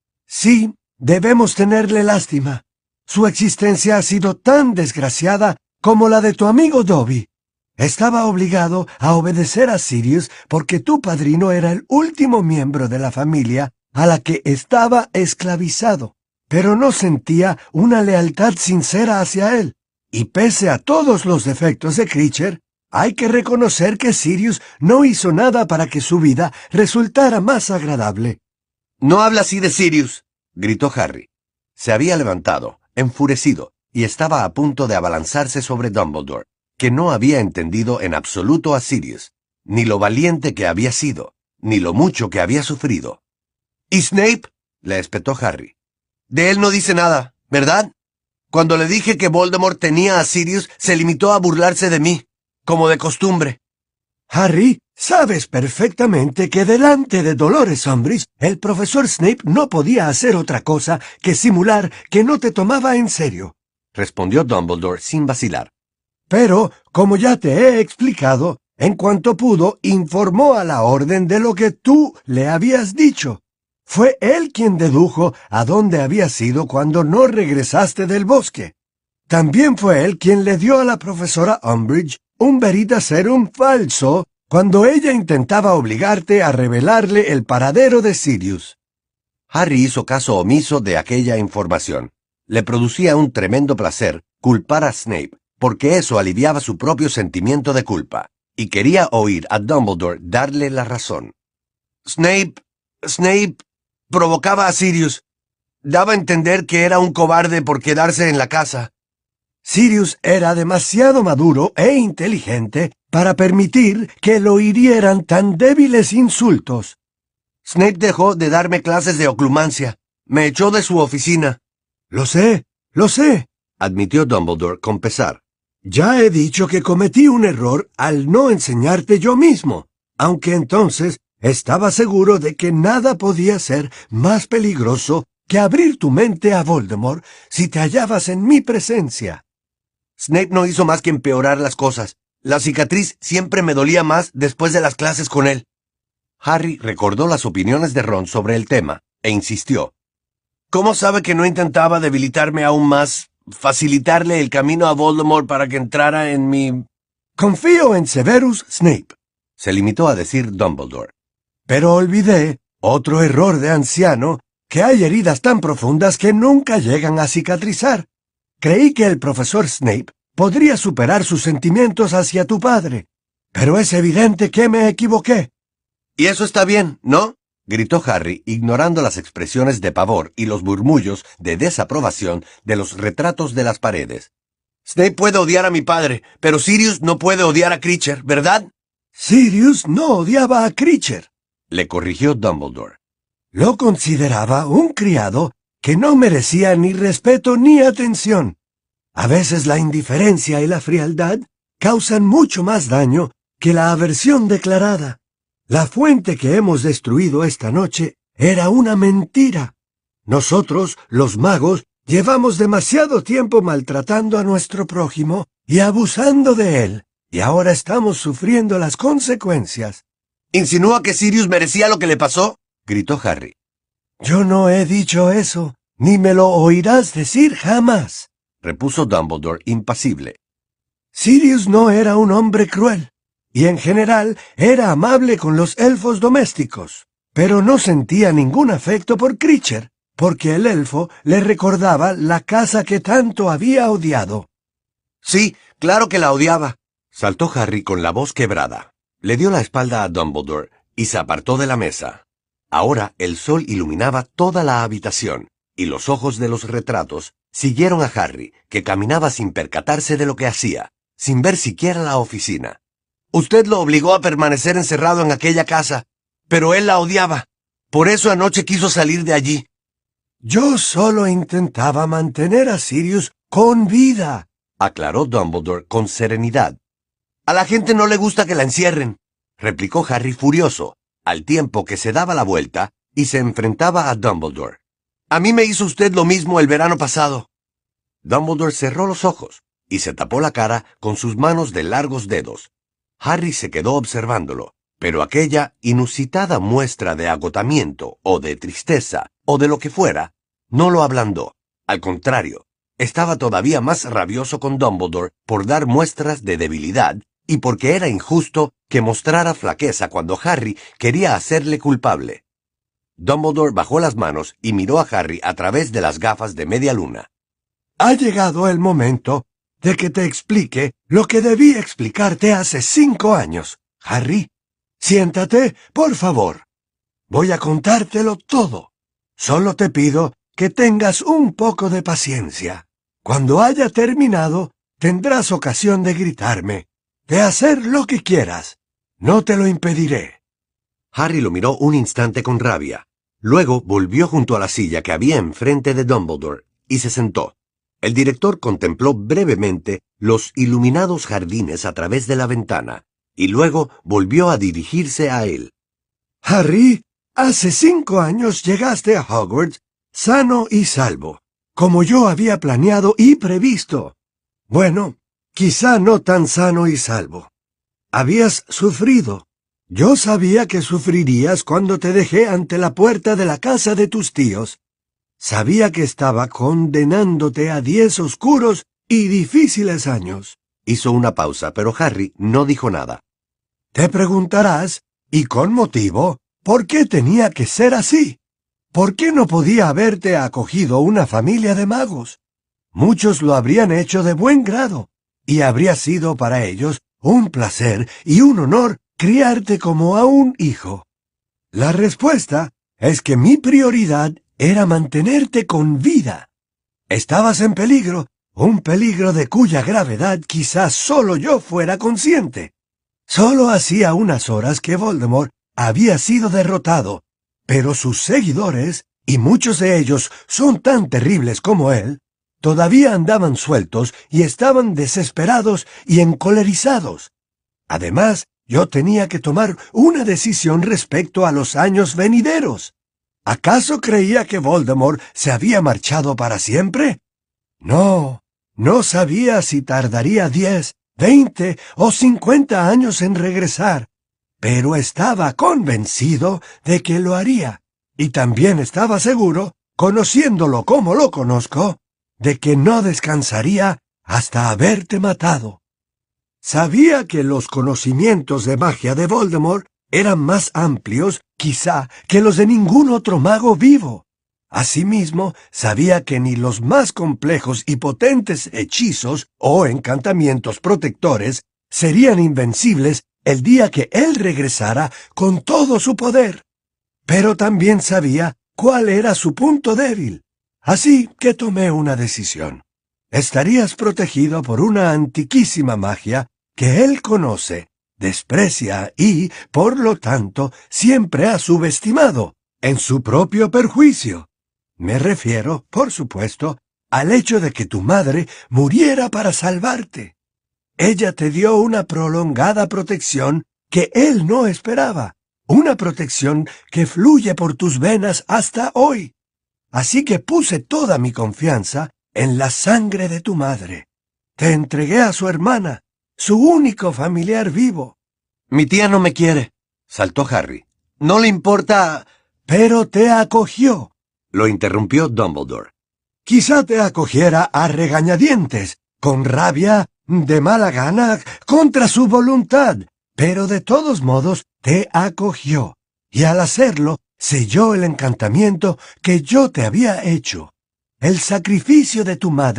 Sí, debemos tenerle lástima. Su existencia ha sido tan desgraciada como la de tu amigo Dobby. Estaba obligado a obedecer a Sirius porque tu padrino era el último miembro de la familia a la que estaba esclavizado, pero no sentía una lealtad sincera hacia él. Y pese a todos los defectos de Creature, hay que reconocer que Sirius no hizo nada para que su vida resultara más agradable. «No habla así de Sirius», gritó Harry. Se había levantado, enfurecido, y estaba a punto de abalanzarse sobre Dumbledore, que no había entendido en absoluto a Sirius, ni lo valiente que había sido, ni lo mucho que había sufrido. «¿Y Snape?», le espetó Harry. «De él no dice nada, ¿verdad? Cuando le dije que Voldemort tenía a Sirius, se limitó a burlarse de mí, como de costumbre». Harry, sabes perfectamente que delante de Dolores Umbridge, el profesor Snape no podía hacer otra cosa que simular que no te tomaba en serio, respondió Dumbledore sin vacilar. Pero, como ya te he explicado, en cuanto pudo, informó a la orden de lo que tú le habías dicho. Fue él quien dedujo a dónde habías ido cuando no regresaste del bosque. También fue él quien le dio a la profesora Umbridge un Veritaserum falso cuando ella intentaba obligarte a revelarle el paradero de Sirius. Harry hizo caso omiso de aquella información. Le producía un tremendo placer culpar a Snape, porque eso aliviaba su propio sentimiento de culpa, y quería oír a Dumbledore darle la razón. Snape provocaba a Sirius. Daba a entender que era un cobarde por quedarse en la casa. Sirius era demasiado maduro e inteligente para permitir que lo hirieran tan débiles insultos. Snape dejó de darme clases de oclumancia. Me echó de su oficina. Lo sé, admitió Dumbledore con pesar. Ya he dicho que cometí un error al no enseñarte yo mismo, aunque entonces estaba seguro de que nada podía ser más peligroso que abrir tu mente a Voldemort si te hallabas en mi presencia. Snape no hizo más que empeorar las cosas. La cicatriz siempre me dolía más después de las clases con él. Harry recordó las opiniones de Ron sobre el tema, e insistió. ¿Cómo sabe que no intentaba debilitarme aún más, facilitarle el camino a Voldemort para que entrara en mi... Confío en Severus Snape, se limitó a decir Dumbledore. Pero olvidé, otro error de anciano, que hay heridas tan profundas que nunca llegan a cicatrizar. Creí que el profesor Snape podría superar sus sentimientos hacia tu padre, pero es evidente que me equivoqué. Y eso está bien, ¿no? Gritó Harry, ignorando las expresiones de pavor y los murmullos de desaprobación de los retratos de las paredes. Snape puede odiar a mi padre, pero Sirius no puede odiar a Creature, ¿verdad? Sirius no odiaba a Creature, le corrigió Dumbledore. Lo consideraba un criado que no merecía ni respeto ni atención. A veces la indiferencia y la frialdad causan mucho más daño que la aversión declarada. La fuente que hemos destruido esta noche era una mentira. Nosotros, los magos, llevamos demasiado tiempo maltratando a nuestro prójimo y abusando de él, y ahora estamos sufriendo las consecuencias. ¿Insinúa que Sirius merecía lo que le pasó? Gritó Harry. Yo no he dicho eso, ni me lo oirás decir jamás, repuso Dumbledore impasible. Sirius no era un hombre cruel, y en general era amable con los elfos domésticos, pero no sentía ningún afecto por Creature, porque el elfo le recordaba la casa que tanto había odiado. Sí, claro que la odiaba. Saltó Harry con la voz quebrada. Le dio la espalda a Dumbledore y se apartó de la mesa. Ahora el sol iluminaba toda la habitación, y los ojos de los retratos siguieron a Harry, que caminaba sin percatarse de lo que hacía, sin ver siquiera la oficina. Usted lo obligó a permanecer encerrado en aquella casa, pero él la odiaba. Por eso anoche quiso salir de allí. Yo solo intentaba mantener a Sirius con vida, aclaró Dumbledore con serenidad. A la gente no le gusta que la encierren, replicó Harry furioso, al tiempo que se daba la vuelta y se enfrentaba a Dumbledore. A mí me hizo usted lo mismo el verano pasado. Dumbledore cerró los ojos y se tapó la cara con sus manos de largos dedos. Harry se quedó observándolo, pero aquella inusitada muestra de agotamiento o de tristeza o de lo que fuera, no lo ablandó. Al contrario, estaba todavía más rabioso con Dumbledore por dar muestras de debilidad y porque era injusto que mostrara flaqueza cuando Harry quería hacerle culpable. Dumbledore bajó las manos y miró a Harry a través de las gafas de media luna. Ha llegado el momento de que te explique lo que debí explicarte hace 5 años, Harry. Siéntate, por favor. Voy a contártelo todo. Solo te pido que tengas un poco de paciencia. Cuando haya terminado, tendrás ocasión de gritarme, de hacer lo que quieras. No te lo impediré. Harry lo miró un instante con rabia. Luego volvió junto a la silla que había enfrente de Dumbledore y se sentó. El director contempló brevemente los iluminados jardines a través de la ventana, y luego volvió a dirigirse a él. Harry, hace 5 años llegaste a Hogwarts sano y salvo, como yo había planeado y previsto. Bueno, quizá no tan sano y salvo. Habías sufrido. Yo sabía que sufrirías cuando te dejé ante la puerta de la casa de tus tíos. Sabía que estaba condenándote a 10 oscuros y difíciles años. Hizo una pausa, pero Harry no dijo nada. Te preguntarás, y con motivo, ¿por qué tenía que ser así? ¿Por qué no podía haberte acogido una familia de magos? Muchos lo habrían hecho de buen grado, y habría sido para ellos un placer y un honor criarte como a un hijo. La respuesta es que mi prioridad era mantenerte con vida. Estabas en peligro, un peligro de cuya gravedad quizás solo yo fuera consciente. Solo hacía unas horas que Voldemort había sido derrotado, pero sus seguidores, y muchos de ellos son tan terribles como él, todavía andaban sueltos y estaban desesperados y encolerizados. Además, yo tenía que tomar una decisión respecto a los años venideros. ¿Acaso creía que Voldemort se había marchado para siempre? No, no sabía si tardaría 10, 20 o 50 años en regresar, pero estaba convencido de que lo haría, y también estaba seguro, conociéndolo como lo conozco, de que no descansaría hasta haberte matado. Sabía que los conocimientos de magia de Voldemort eran más amplios, quizá, que los de ningún otro mago vivo. Asimismo, sabía que ni los más complejos y potentes hechizos o encantamientos protectores serían invencibles el día que él regresara con todo su poder. Pero también sabía cuál era su punto débil. Así que tomé una decisión. Estarías protegido por una antiquísima magia que él conoce, desprecia y, por lo tanto, siempre ha subestimado, en su propio perjuicio. Me refiero, por supuesto, al hecho de que tu madre muriera para salvarte. Ella te dio una prolongada protección que él no esperaba, una protección que fluye por tus venas hasta hoy. Así que puse toda mi confianza en la sangre de tu madre. Te entregué a su hermana, su único familiar vivo. Mi tía no me quiere, saltó Harry. No le importa... Pero te acogió, lo interrumpió Dumbledore. Quizá te acogiera a regañadientes, con rabia, de mala gana, contra su voluntad, pero de todos modos te acogió, y al hacerlo selló el encantamiento que yo te había hecho. El sacrificio de tu madre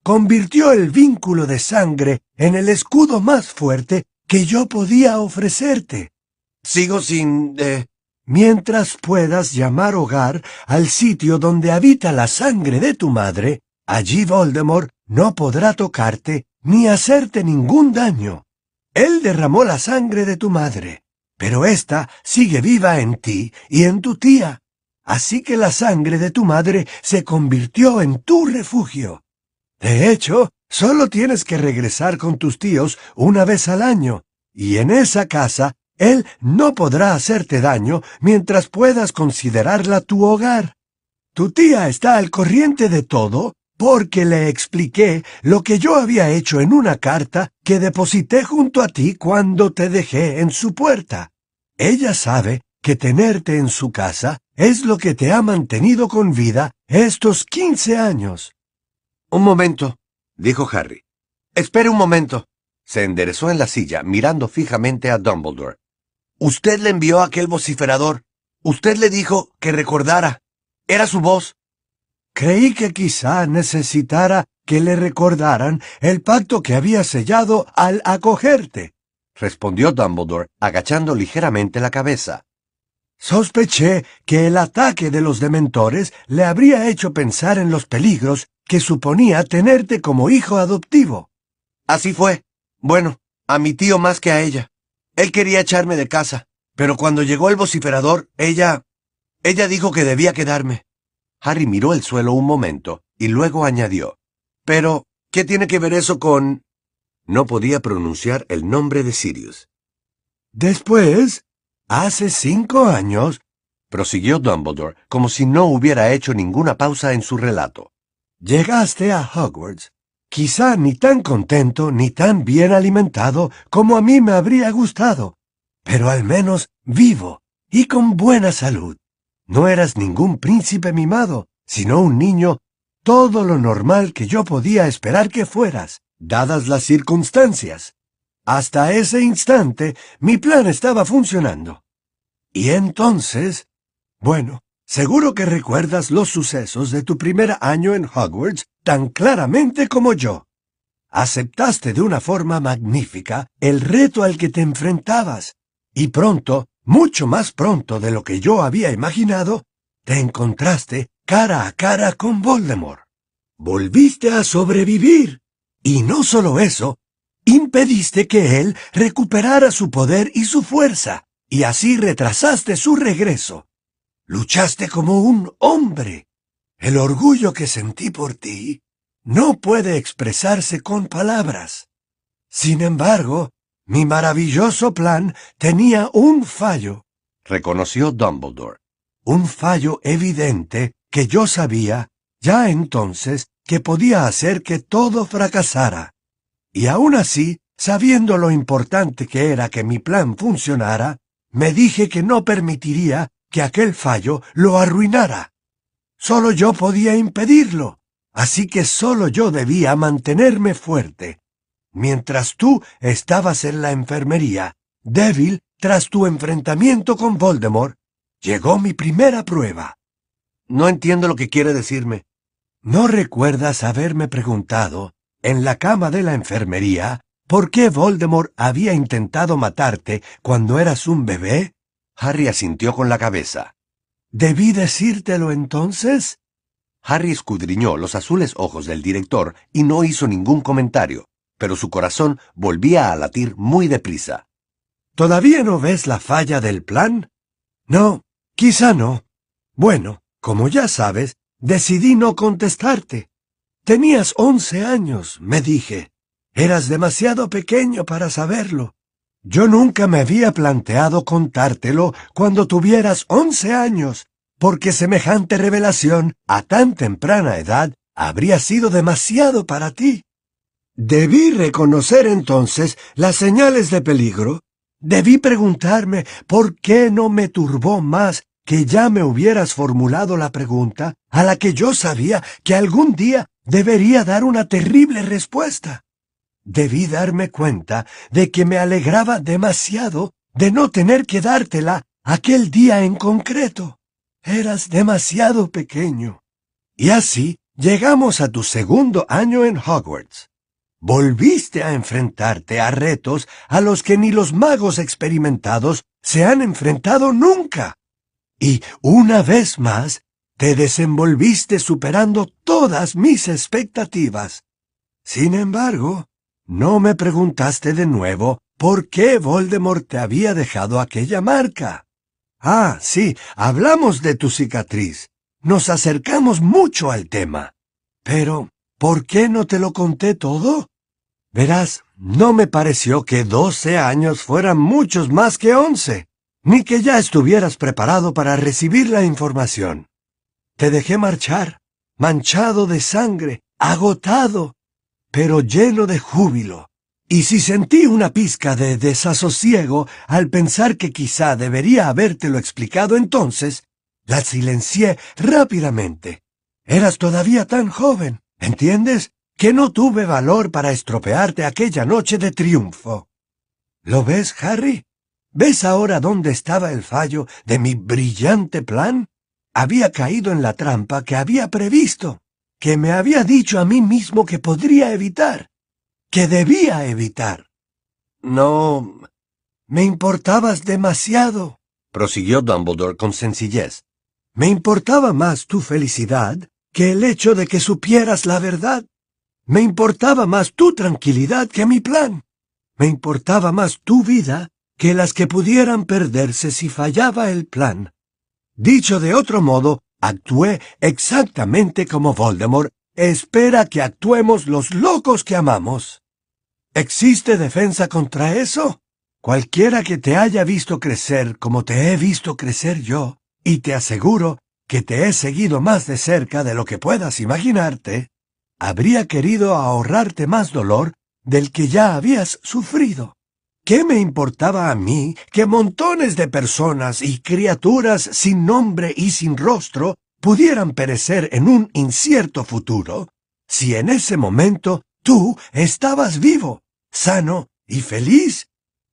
convirtió el vínculo de sangre en el escudo más fuerte que yo podía ofrecerte. Sigo sin... Mientras puedas llamar hogar al sitio donde habita la sangre de tu madre, allí Voldemort no podrá tocarte ni hacerte ningún daño. Él derramó la sangre de tu madre, pero ésta sigue viva en ti y en tu tía. Así que la sangre de tu madre se convirtió en tu refugio. De hecho, solo tienes que regresar con tus tíos una vez al año, y en esa casa él no podrá hacerte daño mientras puedas considerarla tu hogar. Tu tía está al corriente de todo porque le expliqué lo que yo había hecho en una carta que deposité junto a ti cuando te dejé en su puerta. Ella sabe que tenerte en su casa es lo que te ha mantenido con vida estos 15 años. Un momento, dijo Harry. Espere un momento. Se enderezó en la silla, mirando fijamente a Dumbledore. Usted le envió a aquel vociferador. Usted le dijo que recordara. Era su voz. Creí que quizá necesitara que le recordaran el pacto que había sellado al acogerte, respondió Dumbledore, agachando ligeramente la cabeza. Sospeché que el ataque de los dementores le habría hecho pensar en los peligros que suponía tenerte como hijo adoptivo. Así fue. Bueno, a mi tío más que a ella. Él quería echarme de casa, pero cuando llegó el vociferador, ella dijo que debía quedarme. Harry miró el suelo un momento y luego añadió, «Pero, ¿qué tiene que ver eso con...?» No podía pronunciar el nombre de Sirius. Después, hace 5 años, prosiguió Dumbledore, como si no hubiera hecho ninguna pausa en su relato. Llegaste a Hogwarts, quizá ni tan contento ni tan bien alimentado como a mí me habría gustado, pero al menos vivo y con buena salud. No eras ningún príncipe mimado, sino un niño todo lo normal que yo podía esperar que fueras, dadas las circunstancias. Hasta ese instante, mi plan estaba funcionando. Y entonces, bueno, seguro que recuerdas los sucesos de tu primer año en Hogwarts tan claramente como yo. Aceptaste de una forma magnífica el reto al que te enfrentabas, y pronto, mucho más pronto de lo que yo había imaginado, te encontraste cara a cara con Voldemort. Volviste a sobrevivir, y no solo eso, impediste que él recuperara su poder y su fuerza, y así retrasaste su regreso. Luchaste como un hombre. El orgullo que sentí por ti no puede expresarse con palabras. Sin embargo, mi maravilloso plan tenía un fallo, reconoció Dumbledore. Un fallo evidente que yo sabía, ya entonces, que podía hacer que todo fracasara. Y aún así, sabiendo lo importante que era que mi plan funcionara, me dije que no permitiría que aquel fallo lo arruinara. Solo yo podía impedirlo, así que solo yo debía mantenerme fuerte. Mientras tú estabas en la enfermería, débil tras tu enfrentamiento con Voldemort, llegó mi primera prueba. No entiendo lo que quiere decirme. ¿No recuerdas haberme preguntado, en la cama de la enfermería, por qué Voldemort había intentado matarte cuando eras un bebé? Harry asintió con la cabeza. ¿Debí decírtelo entonces? Harry escudriñó los azules ojos del director y no hizo ningún comentario, pero su corazón volvía a latir muy deprisa. ¿Todavía no ves la falla del plan? No, quizá no. Bueno, como ya sabes, decidí no contestarte. Tenías 11 años, me dije. Eras demasiado pequeño para saberlo. Yo nunca me había planteado contártelo cuando tuvieras 11 años, porque semejante revelación a tan temprana edad habría sido demasiado para ti. Debí reconocer entonces las señales de peligro. Debí preguntarme por qué no me turbó más que ya me hubieras formulado la pregunta a la que yo sabía que algún día debería dar una terrible respuesta. Debí darme cuenta de que me alegraba demasiado de no tener que dártela aquel día en concreto. Eras demasiado pequeño. Y así Llegamos a tu segundo año en Hogwarts. Volviste a enfrentarte a retos a los que ni los magos experimentados se han enfrentado nunca. Y una vez más, te desenvolviste superando todas mis expectativas. Sin embargo, no me preguntaste de nuevo por qué Voldemort te había dejado aquella marca. Ah, sí, hablamos de tu cicatriz. Nos acercamos mucho al tema. Pero, ¿por qué no te lo conté todo? Verás, no me pareció que 12 años fueran muchos más que 11, ni que ya estuvieras preparado para recibir la información. Te dejé marchar, manchado de sangre, agotado, pero lleno de júbilo. Y si sentí una pizca de desasosiego al pensar que quizá debería habértelo explicado entonces, la silencié rápidamente. Eras todavía tan joven, ¿entiendes?, que no tuve valor para estropearte aquella noche de triunfo. ¿Lo ves, Harry? ¿Ves ahora dónde estaba el fallo de mi brillante plan? Había caído en la trampa que había previsto, que me había dicho a mí mismo que podría evitar, que debía evitar. No, me importabas demasiado, prosiguió Dumbledore con sencillez. Me importaba más tu felicidad que el hecho de que supieras la verdad. Me importaba más tu tranquilidad que mi plan. Me importaba más tu vida que las que pudieran perderse si fallaba el plan. Dicho de otro modo, actué exactamente como Voldemort espera que actuemos los locos que amamos. ¿Existe defensa contra eso? Cualquiera que te haya visto crecer como te he visto crecer yo, y te aseguro que te he seguido más de cerca de lo que puedas imaginarte, habría querido ahorrarte más dolor del que ya habías sufrido. ¿Qué me importaba a mí que montones de personas y criaturas sin nombre y sin rostro pudieran perecer en un incierto futuro, si en ese momento tú estabas vivo, sano y feliz?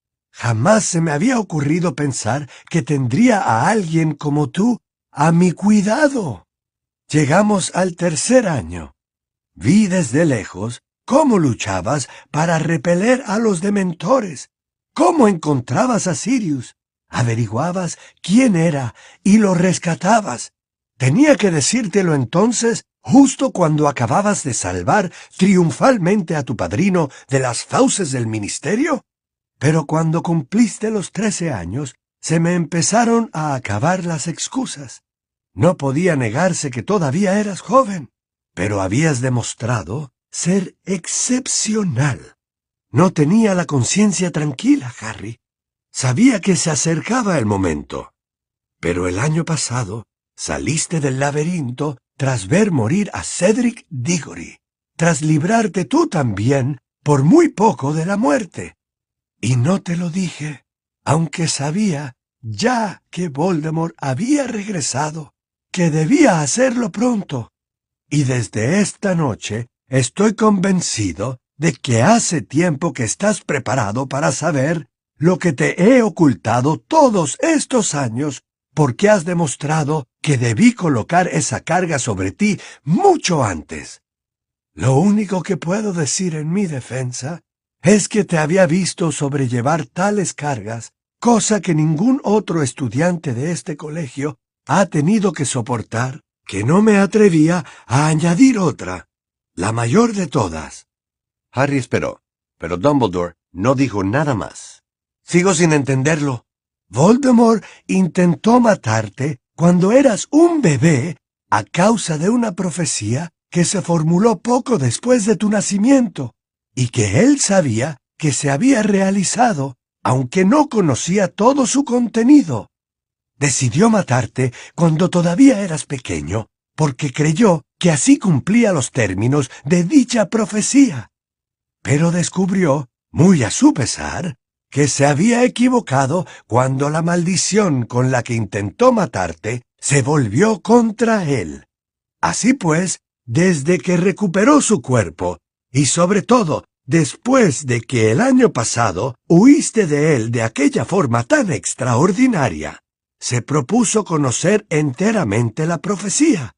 Jamás se me había ocurrido pensar que tendría a alguien como tú a mi cuidado. Llegamos al tercer año. Vi desde lejos cómo luchabas para repeler a los dementores, cómo encontrabas a Sirius, averiguabas quién era y lo rescatabas. Tenía que decírtelo entonces, justo cuando acababas de salvar triunfalmente a tu padrino de las fauces del ministerio. Pero cuando cumpliste los 13 años, se me empezaron a acabar las excusas. No podía negarse que todavía eras joven, pero habías demostrado ser excepcional. No tenía la conciencia tranquila, Harry. Sabía que se acercaba el momento. Pero el año pasado saliste del laberinto tras ver morir a Cedric Diggory, tras librarte tú también por muy poco de la muerte. Y no te lo dije, aunque sabía ya que Voldemort había regresado, que debía hacerlo pronto. Y desde esta noche estoy convencido de que hace tiempo que estás preparado para saber lo que te he ocultado todos estos años, porque has demostrado que debí colocar esa carga sobre ti mucho antes. Lo único que puedo decir en mi defensa es que te había visto sobrellevar tales cargas, cosa que ningún otro estudiante de este colegio ha tenido que soportar, que no me atrevía a añadir otra, la mayor de todas. Harry esperó, pero Dumbledore no dijo nada más. Sigo sin entenderlo. Voldemort intentó matarte cuando eras un bebé a causa de una profecía que se formuló poco después de tu nacimiento, y que él sabía que se había realizado, aunque no conocía todo su contenido. Decidió matarte cuando todavía eras pequeño, porque creyó que así cumplía los términos de dicha profecía. Pero descubrió, muy a su pesar, que se había equivocado cuando la maldición con la que intentó matarte se volvió contra él. Así pues, desde que recuperó su cuerpo, y sobre todo después de que el año pasado huiste de él de aquella forma tan extraordinaria, se propuso conocer enteramente la profecía.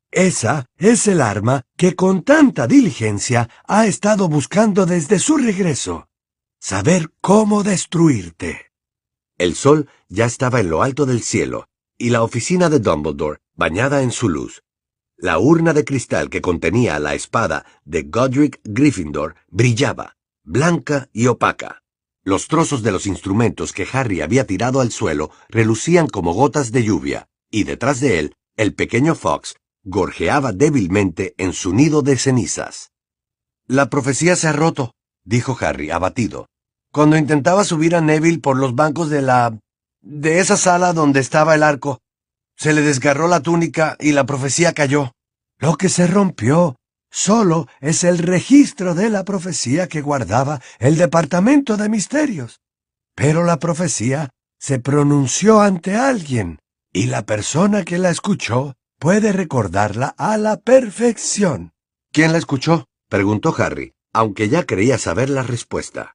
Esa es el arma que con tanta diligencia ha estado buscando desde su regreso. Saber cómo destruirte. El sol ya estaba en lo alto del cielo, y la oficina de Dumbledore, bañada en su luz. La urna de cristal que contenía la espada de Godric Gryffindor brillaba, blanca y opaca. Los trozos de los instrumentos que Harry había tirado al suelo relucían como gotas de lluvia, y detrás de él, el pequeño Fawkes gorjeaba débilmente en su nido de cenizas. «La profecía se ha roto», dijo Harry, abatido. «Cuando intentaba subir a Neville por los bancos de esa sala donde estaba el arco, se le desgarró la túnica y la profecía cayó». Lo que se rompió solo es el registro de la profecía que guardaba el Departamento de Misterios. Pero la profecía se pronunció ante alguien, y la persona que la escuchó puede recordarla a la perfección. «¿Quién la escuchó?», preguntó Harry, aunque ya creía saber la respuesta.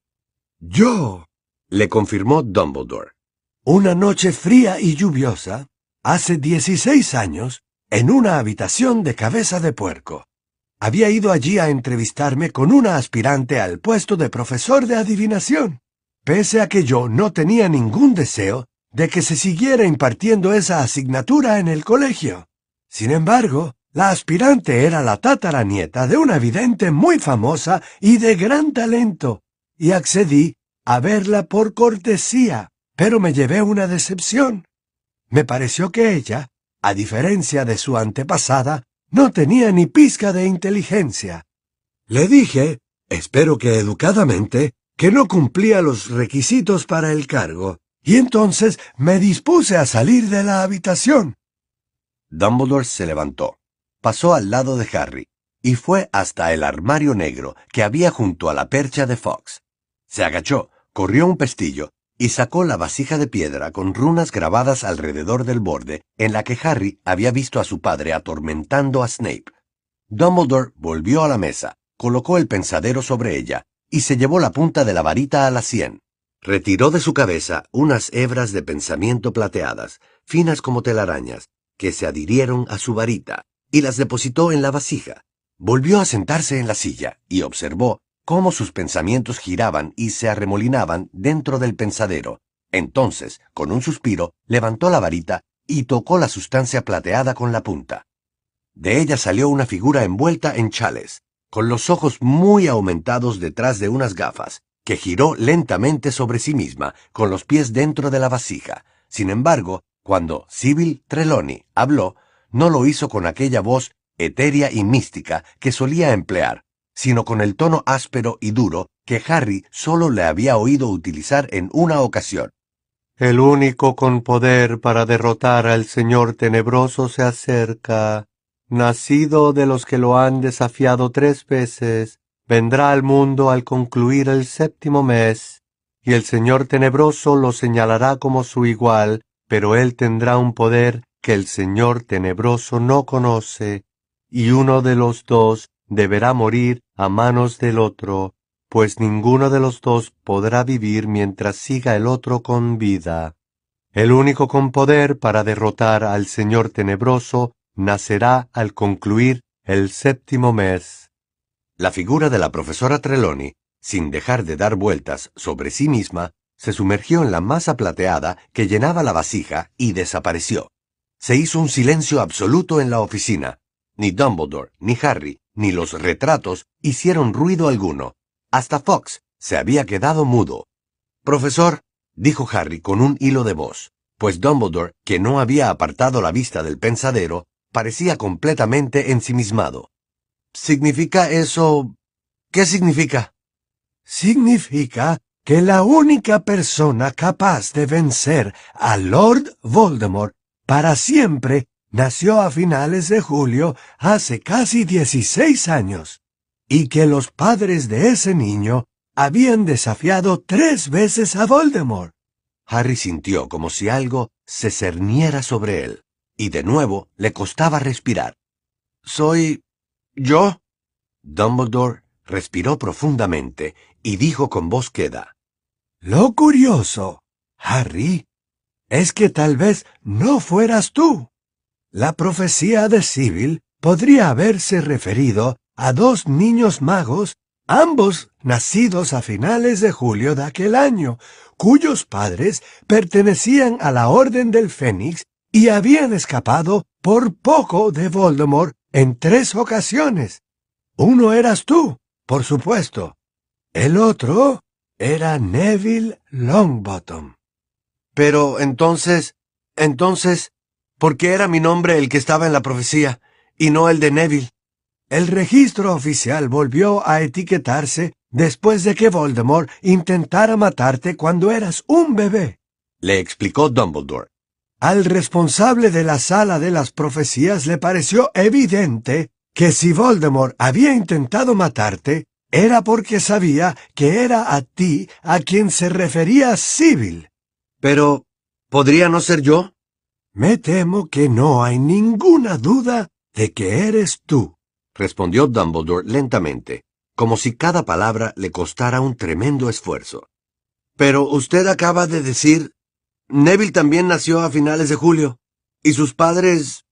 «Yo», le confirmó Dumbledore. Una noche fría y lluviosa, hace 16 años, en una habitación de Cabeza de Puerco. Había ido allí a entrevistarme con una aspirante al puesto de profesor de adivinación, pese a que yo no tenía ningún deseo de que se siguiera impartiendo esa asignatura en el colegio. Sin embargo, la aspirante era la tataranieta de una vidente muy famosa y de gran talento, y accedí a verla por cortesía, pero me llevé una decepción. Me pareció que ella, a diferencia de su antepasada, no tenía ni pizca de inteligencia. Le dije, espero que educadamente, que no cumplía los requisitos para el cargo, y entonces me dispuse a salir de la habitación. Dumbledore se levantó, pasó al lado de Harry, y fue hasta el armario negro que había junto a la percha de Fawkes. Se agachó, corrió un pestillo, y sacó la vasija de piedra con runas grabadas alrededor del borde en la que Harry había visto a su padre atormentando a Snape. Dumbledore volvió a la mesa, colocó el pensadero sobre ella, y se llevó la punta de la varita a la sien. Retiró de su cabeza unas hebras de pensamiento plateadas, finas como telarañas, que se adhirieron a su varita, y las depositó en la vasija. Volvió a sentarse en la silla, y observó cómo sus pensamientos giraban y se arremolinaban dentro del pensadero. Entonces, con un suspiro, levantó la varita y tocó la sustancia plateada con la punta. De ella salió una figura envuelta en chales, con los ojos muy aumentados detrás de unas gafas, que giró lentamente sobre sí misma, con los pies dentro de la vasija. Sin embargo, cuando Sybil Trelawney habló, no lo hizo con aquella voz etérea y mística que solía emplear, sino con el tono áspero y duro que Harry solo le había oído utilizar en una ocasión. «El único con poder para derrotar al Señor Tenebroso se acerca. Nacido de los que lo han desafiado 3 veces, vendrá al mundo al concluir el 7º mes, y el Señor Tenebroso lo señalará como su igual, pero él tendrá un poder que el Señor Tenebroso no conoce, y uno de los dos deberá morir a manos del otro, pues ninguno de los dos podrá vivir mientras siga el otro con vida. El único con poder para derrotar al Señor Tenebroso nacerá al concluir el 7º mes». La figura de la profesora Trelawney, sin dejar de dar vueltas sobre sí misma, se sumergió en la masa plateada que llenaba la vasija y desapareció. Se hizo un silencio absoluto en la oficina. Ni Dumbledore, ni Harry, ni los retratos hicieron ruido alguno. Hasta Fawkes se había quedado mudo. «Profesor», dijo Harry con un hilo de voz, pues Dumbledore, que no había apartado la vista del pensadero, parecía completamente ensimismado. «¿Significa eso? ¿Qué significa?» Significa que la única persona capaz de vencer a Lord Voldemort para siempre nació a finales de julio hace casi 16 años, y que los padres de ese niño habían desafiado 3 veces a Voldemort. Harry sintió como si algo se cerniera sobre él, y de nuevo le costaba respirar. «¿Soy yo?» Dumbledore respiró profundamente y dijo con voz queda: «Lo curioso, Harry, es que tal vez no fueras tú. La profecía de Sybil podría haberse referido a dos niños magos, ambos nacidos a finales de julio de aquel año, cuyos padres pertenecían a la Orden del Fénix y habían escapado por poco de Voldemort en 3 ocasiones. Uno eras tú, por supuesto. El otro era Neville Longbottom. Pero entonces, ¿por qué era mi nombre el que estaba en la profecía y no el de Neville? El registro oficial volvió a etiquetarse después de que Voldemort intentara matarte cuando eras un bebé, le explicó Dumbledore. Al responsable de la sala de las profecías le pareció evidente que si Voldemort había intentado matarte, era porque sabía que era a ti a quien se refería Sibyl. Pero, ¿podría no ser yo? Me temo que no hay ninguna duda de que eres tú, respondió Dumbledore lentamente, como si cada palabra le costara un tremendo esfuerzo. Pero usted acaba de decir, Neville también nació a finales de julio, y sus padres...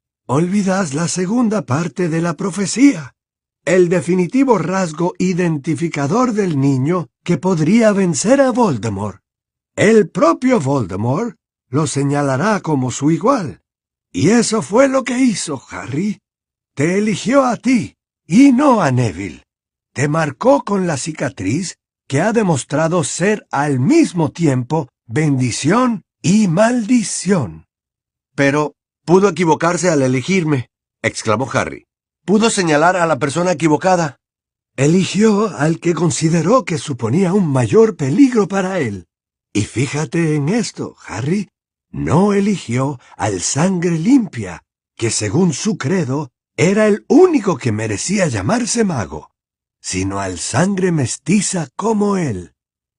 Olvidas la segunda parte de la profecía, el definitivo rasgo identificador del niño que podría vencer a Voldemort. El propio Voldemort lo señalará como su igual. Y eso fue lo que hizo, Harry. Te eligió a ti, y no a Neville. Te marcó con la cicatriz que ha demostrado ser al mismo tiempo bendición y maldición. Pero pudo equivocarse al elegirme, exclamó Harry. Pudo señalar a la persona equivocada. Eligió al que consideró que suponía un mayor peligro para él. Y fíjate en esto, Harry, no eligió al Sangre Limpia, que según su credo era el único que merecía llamarse mago, sino al Sangre Mestiza como él.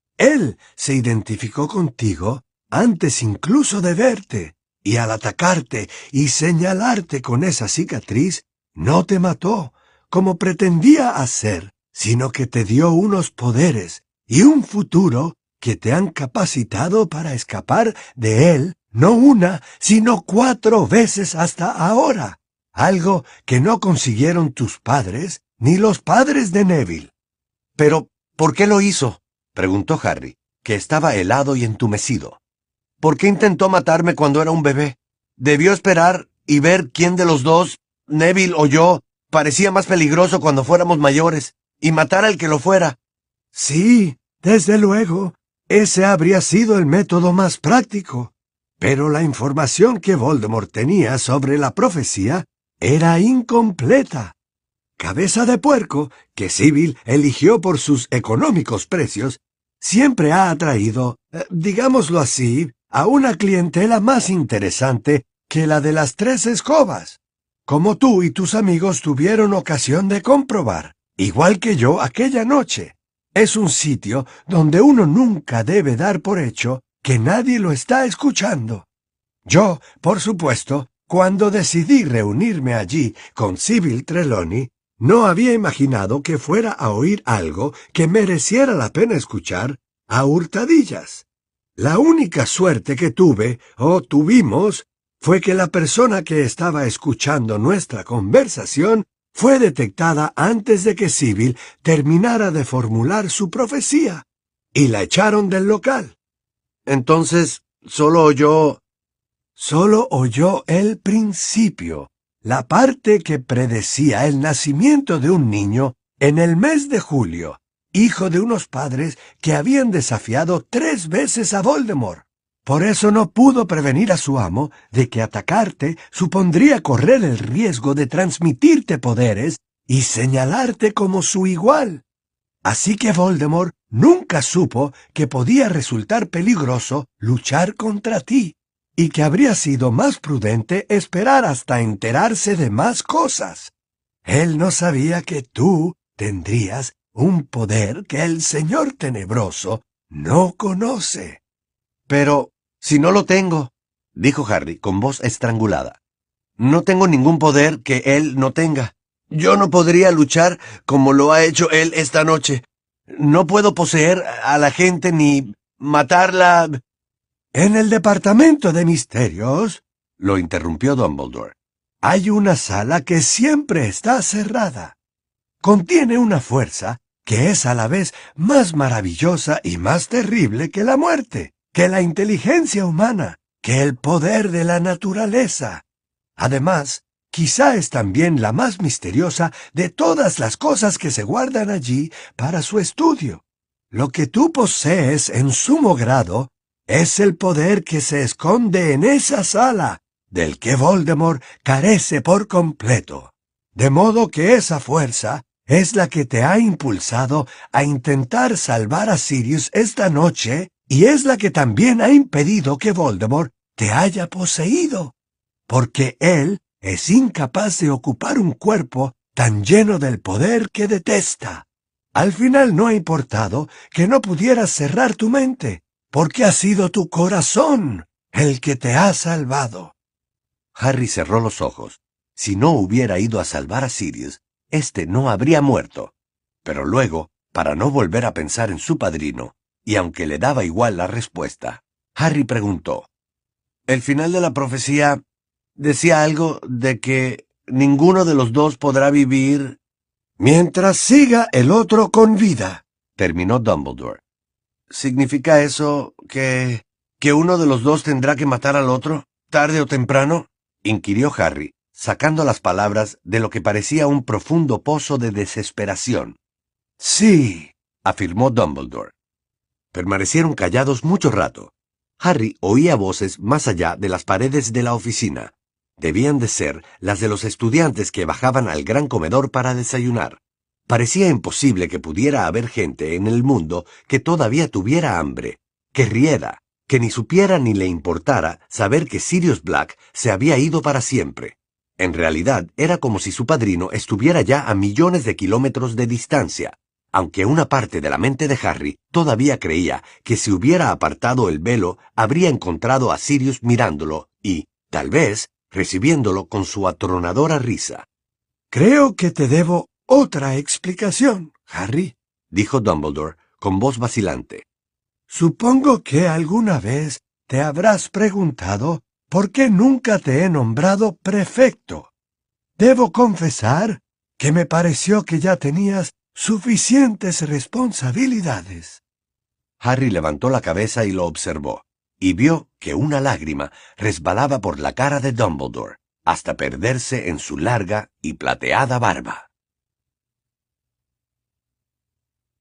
Él se identificó contigo antes incluso de verte, y al atacarte y señalarte con esa cicatriz, no te mató, como pretendía hacer, sino que te dio unos poderes y un futuro que te han capacitado para escapar de él no una, sino 4 veces hasta ahora, algo que no consiguieron tus padres ni los padres de Neville. Pero, ¿por qué lo hizo?, preguntó Harry, que estaba helado y entumecido. ¿Por qué intentó matarme cuando era un bebé? Debió esperar y ver quién de los dos, Neville o yo, parecía más peligroso cuando fuéramos mayores, y matar al que lo fuera. Sí, desde luego, ese habría sido el método más práctico. Pero la información que Voldemort tenía sobre la profecía era incompleta. Cabeza de Puerco, que Sibyl eligió por sus económicos precios, siempre ha atraído, digámoslo así, a una clientela más interesante que la de las 3 escobas, como tú y tus amigos tuvieron ocasión de comprobar, igual que yo aquella noche. Es un sitio donde uno nunca debe dar por hecho que nadie lo está escuchando. Yo, por supuesto, cuando decidí reunirme allí con Sibyl Trelawney, no había imaginado que fuera a oír algo que mereciera la pena escuchar a hurtadillas. La única suerte que tuve, o tuvimos, fue que la persona que estaba escuchando nuestra conversación fue detectada antes de que Sibyl terminara de formular su profecía, y la echaron del local. Entonces, solo oyó el principio, la parte que predecía el nacimiento de un niño en el mes de julio, hijo de unos padres que habían desafiado 3 veces a Voldemort. Por eso no pudo prevenir a su amo de que atacarte supondría correr el riesgo de transmitirte poderes y señalarte como su igual. Así que Voldemort nunca supo que podía resultar peligroso luchar contra ti, y que habría sido más prudente esperar hasta enterarse de más cosas. Él no sabía que tú tendrías un poder que el Señor Tenebroso no conoce. Pero, si no lo tengo, dijo Harry con voz estrangulada. No tengo ningún poder que él no tenga. Yo no podría luchar como lo ha hecho él esta noche. No puedo poseer a la gente ni matarla. En el departamento de misterios, lo interrumpió Dumbledore. hay una sala que siempre está cerrada. Contiene una fuerza que es a la vez más maravillosa y más terrible que la muerte, que la inteligencia humana, que el poder de la naturaleza. Además, quizá es también la más misteriosa de todas las cosas que se guardan allí para su estudio. Lo que tú posees en sumo grado es el poder que se esconde en esa sala, del que Voldemort carece por completo. De modo que esa fuerza es la que te ha impulsado a intentar salvar a Sirius esta noche y es la que también ha impedido que Voldemort te haya poseído, porque él es incapaz de ocupar un cuerpo tan lleno del poder que detesta. Al final no ha importado que no pudieras cerrar tu mente, porque ha sido tu corazón el que te ha salvado. Harry cerró los ojos. Si no hubiera ido a salvar a Sirius, éste no habría muerto. Pero luego, para no volver a pensar en su padrino, y aunque le daba igual la respuesta, Harry preguntó: ¿El final de la profecía decía algo de que ninguno de los dos podrá vivir mientras siga el otro con vida? Terminó Dumbledore. ¿Significa eso que uno de los dos tendrá que matar al otro, tarde o temprano? Inquirió Harry, sacando las palabras de lo que parecía un profundo pozo de desesperación. Sí, afirmó Dumbledore. Permanecieron callados mucho rato. Harry oía voces más allá de las paredes de la oficina. Debían de ser las de los estudiantes que bajaban al gran comedor para desayunar. Parecía imposible que pudiera haber gente en el mundo que todavía tuviera hambre, que riera, que ni supiera ni le importara saber que Sirius Black se había ido para siempre. En realidad, era como si su padrino estuviera ya a millones de kilómetros de distancia, aunque una parte de la mente de Harry todavía creía que si hubiera apartado el velo habría encontrado a Sirius mirándolo y, tal vez, recibiéndolo con su atronadora risa. Creo que te debo otra explicación, Harry, dijo Dumbledore con voz vacilante. Supongo que alguna vez te habrás preguntado por qué nunca te he nombrado prefecto. Debo confesar que me pareció que ya tenías suficientes responsabilidades. Harry levantó la cabeza y lo observó, y vio que una lágrima resbalaba por la cara de Dumbledore, hasta perderse en su larga y plateada barba.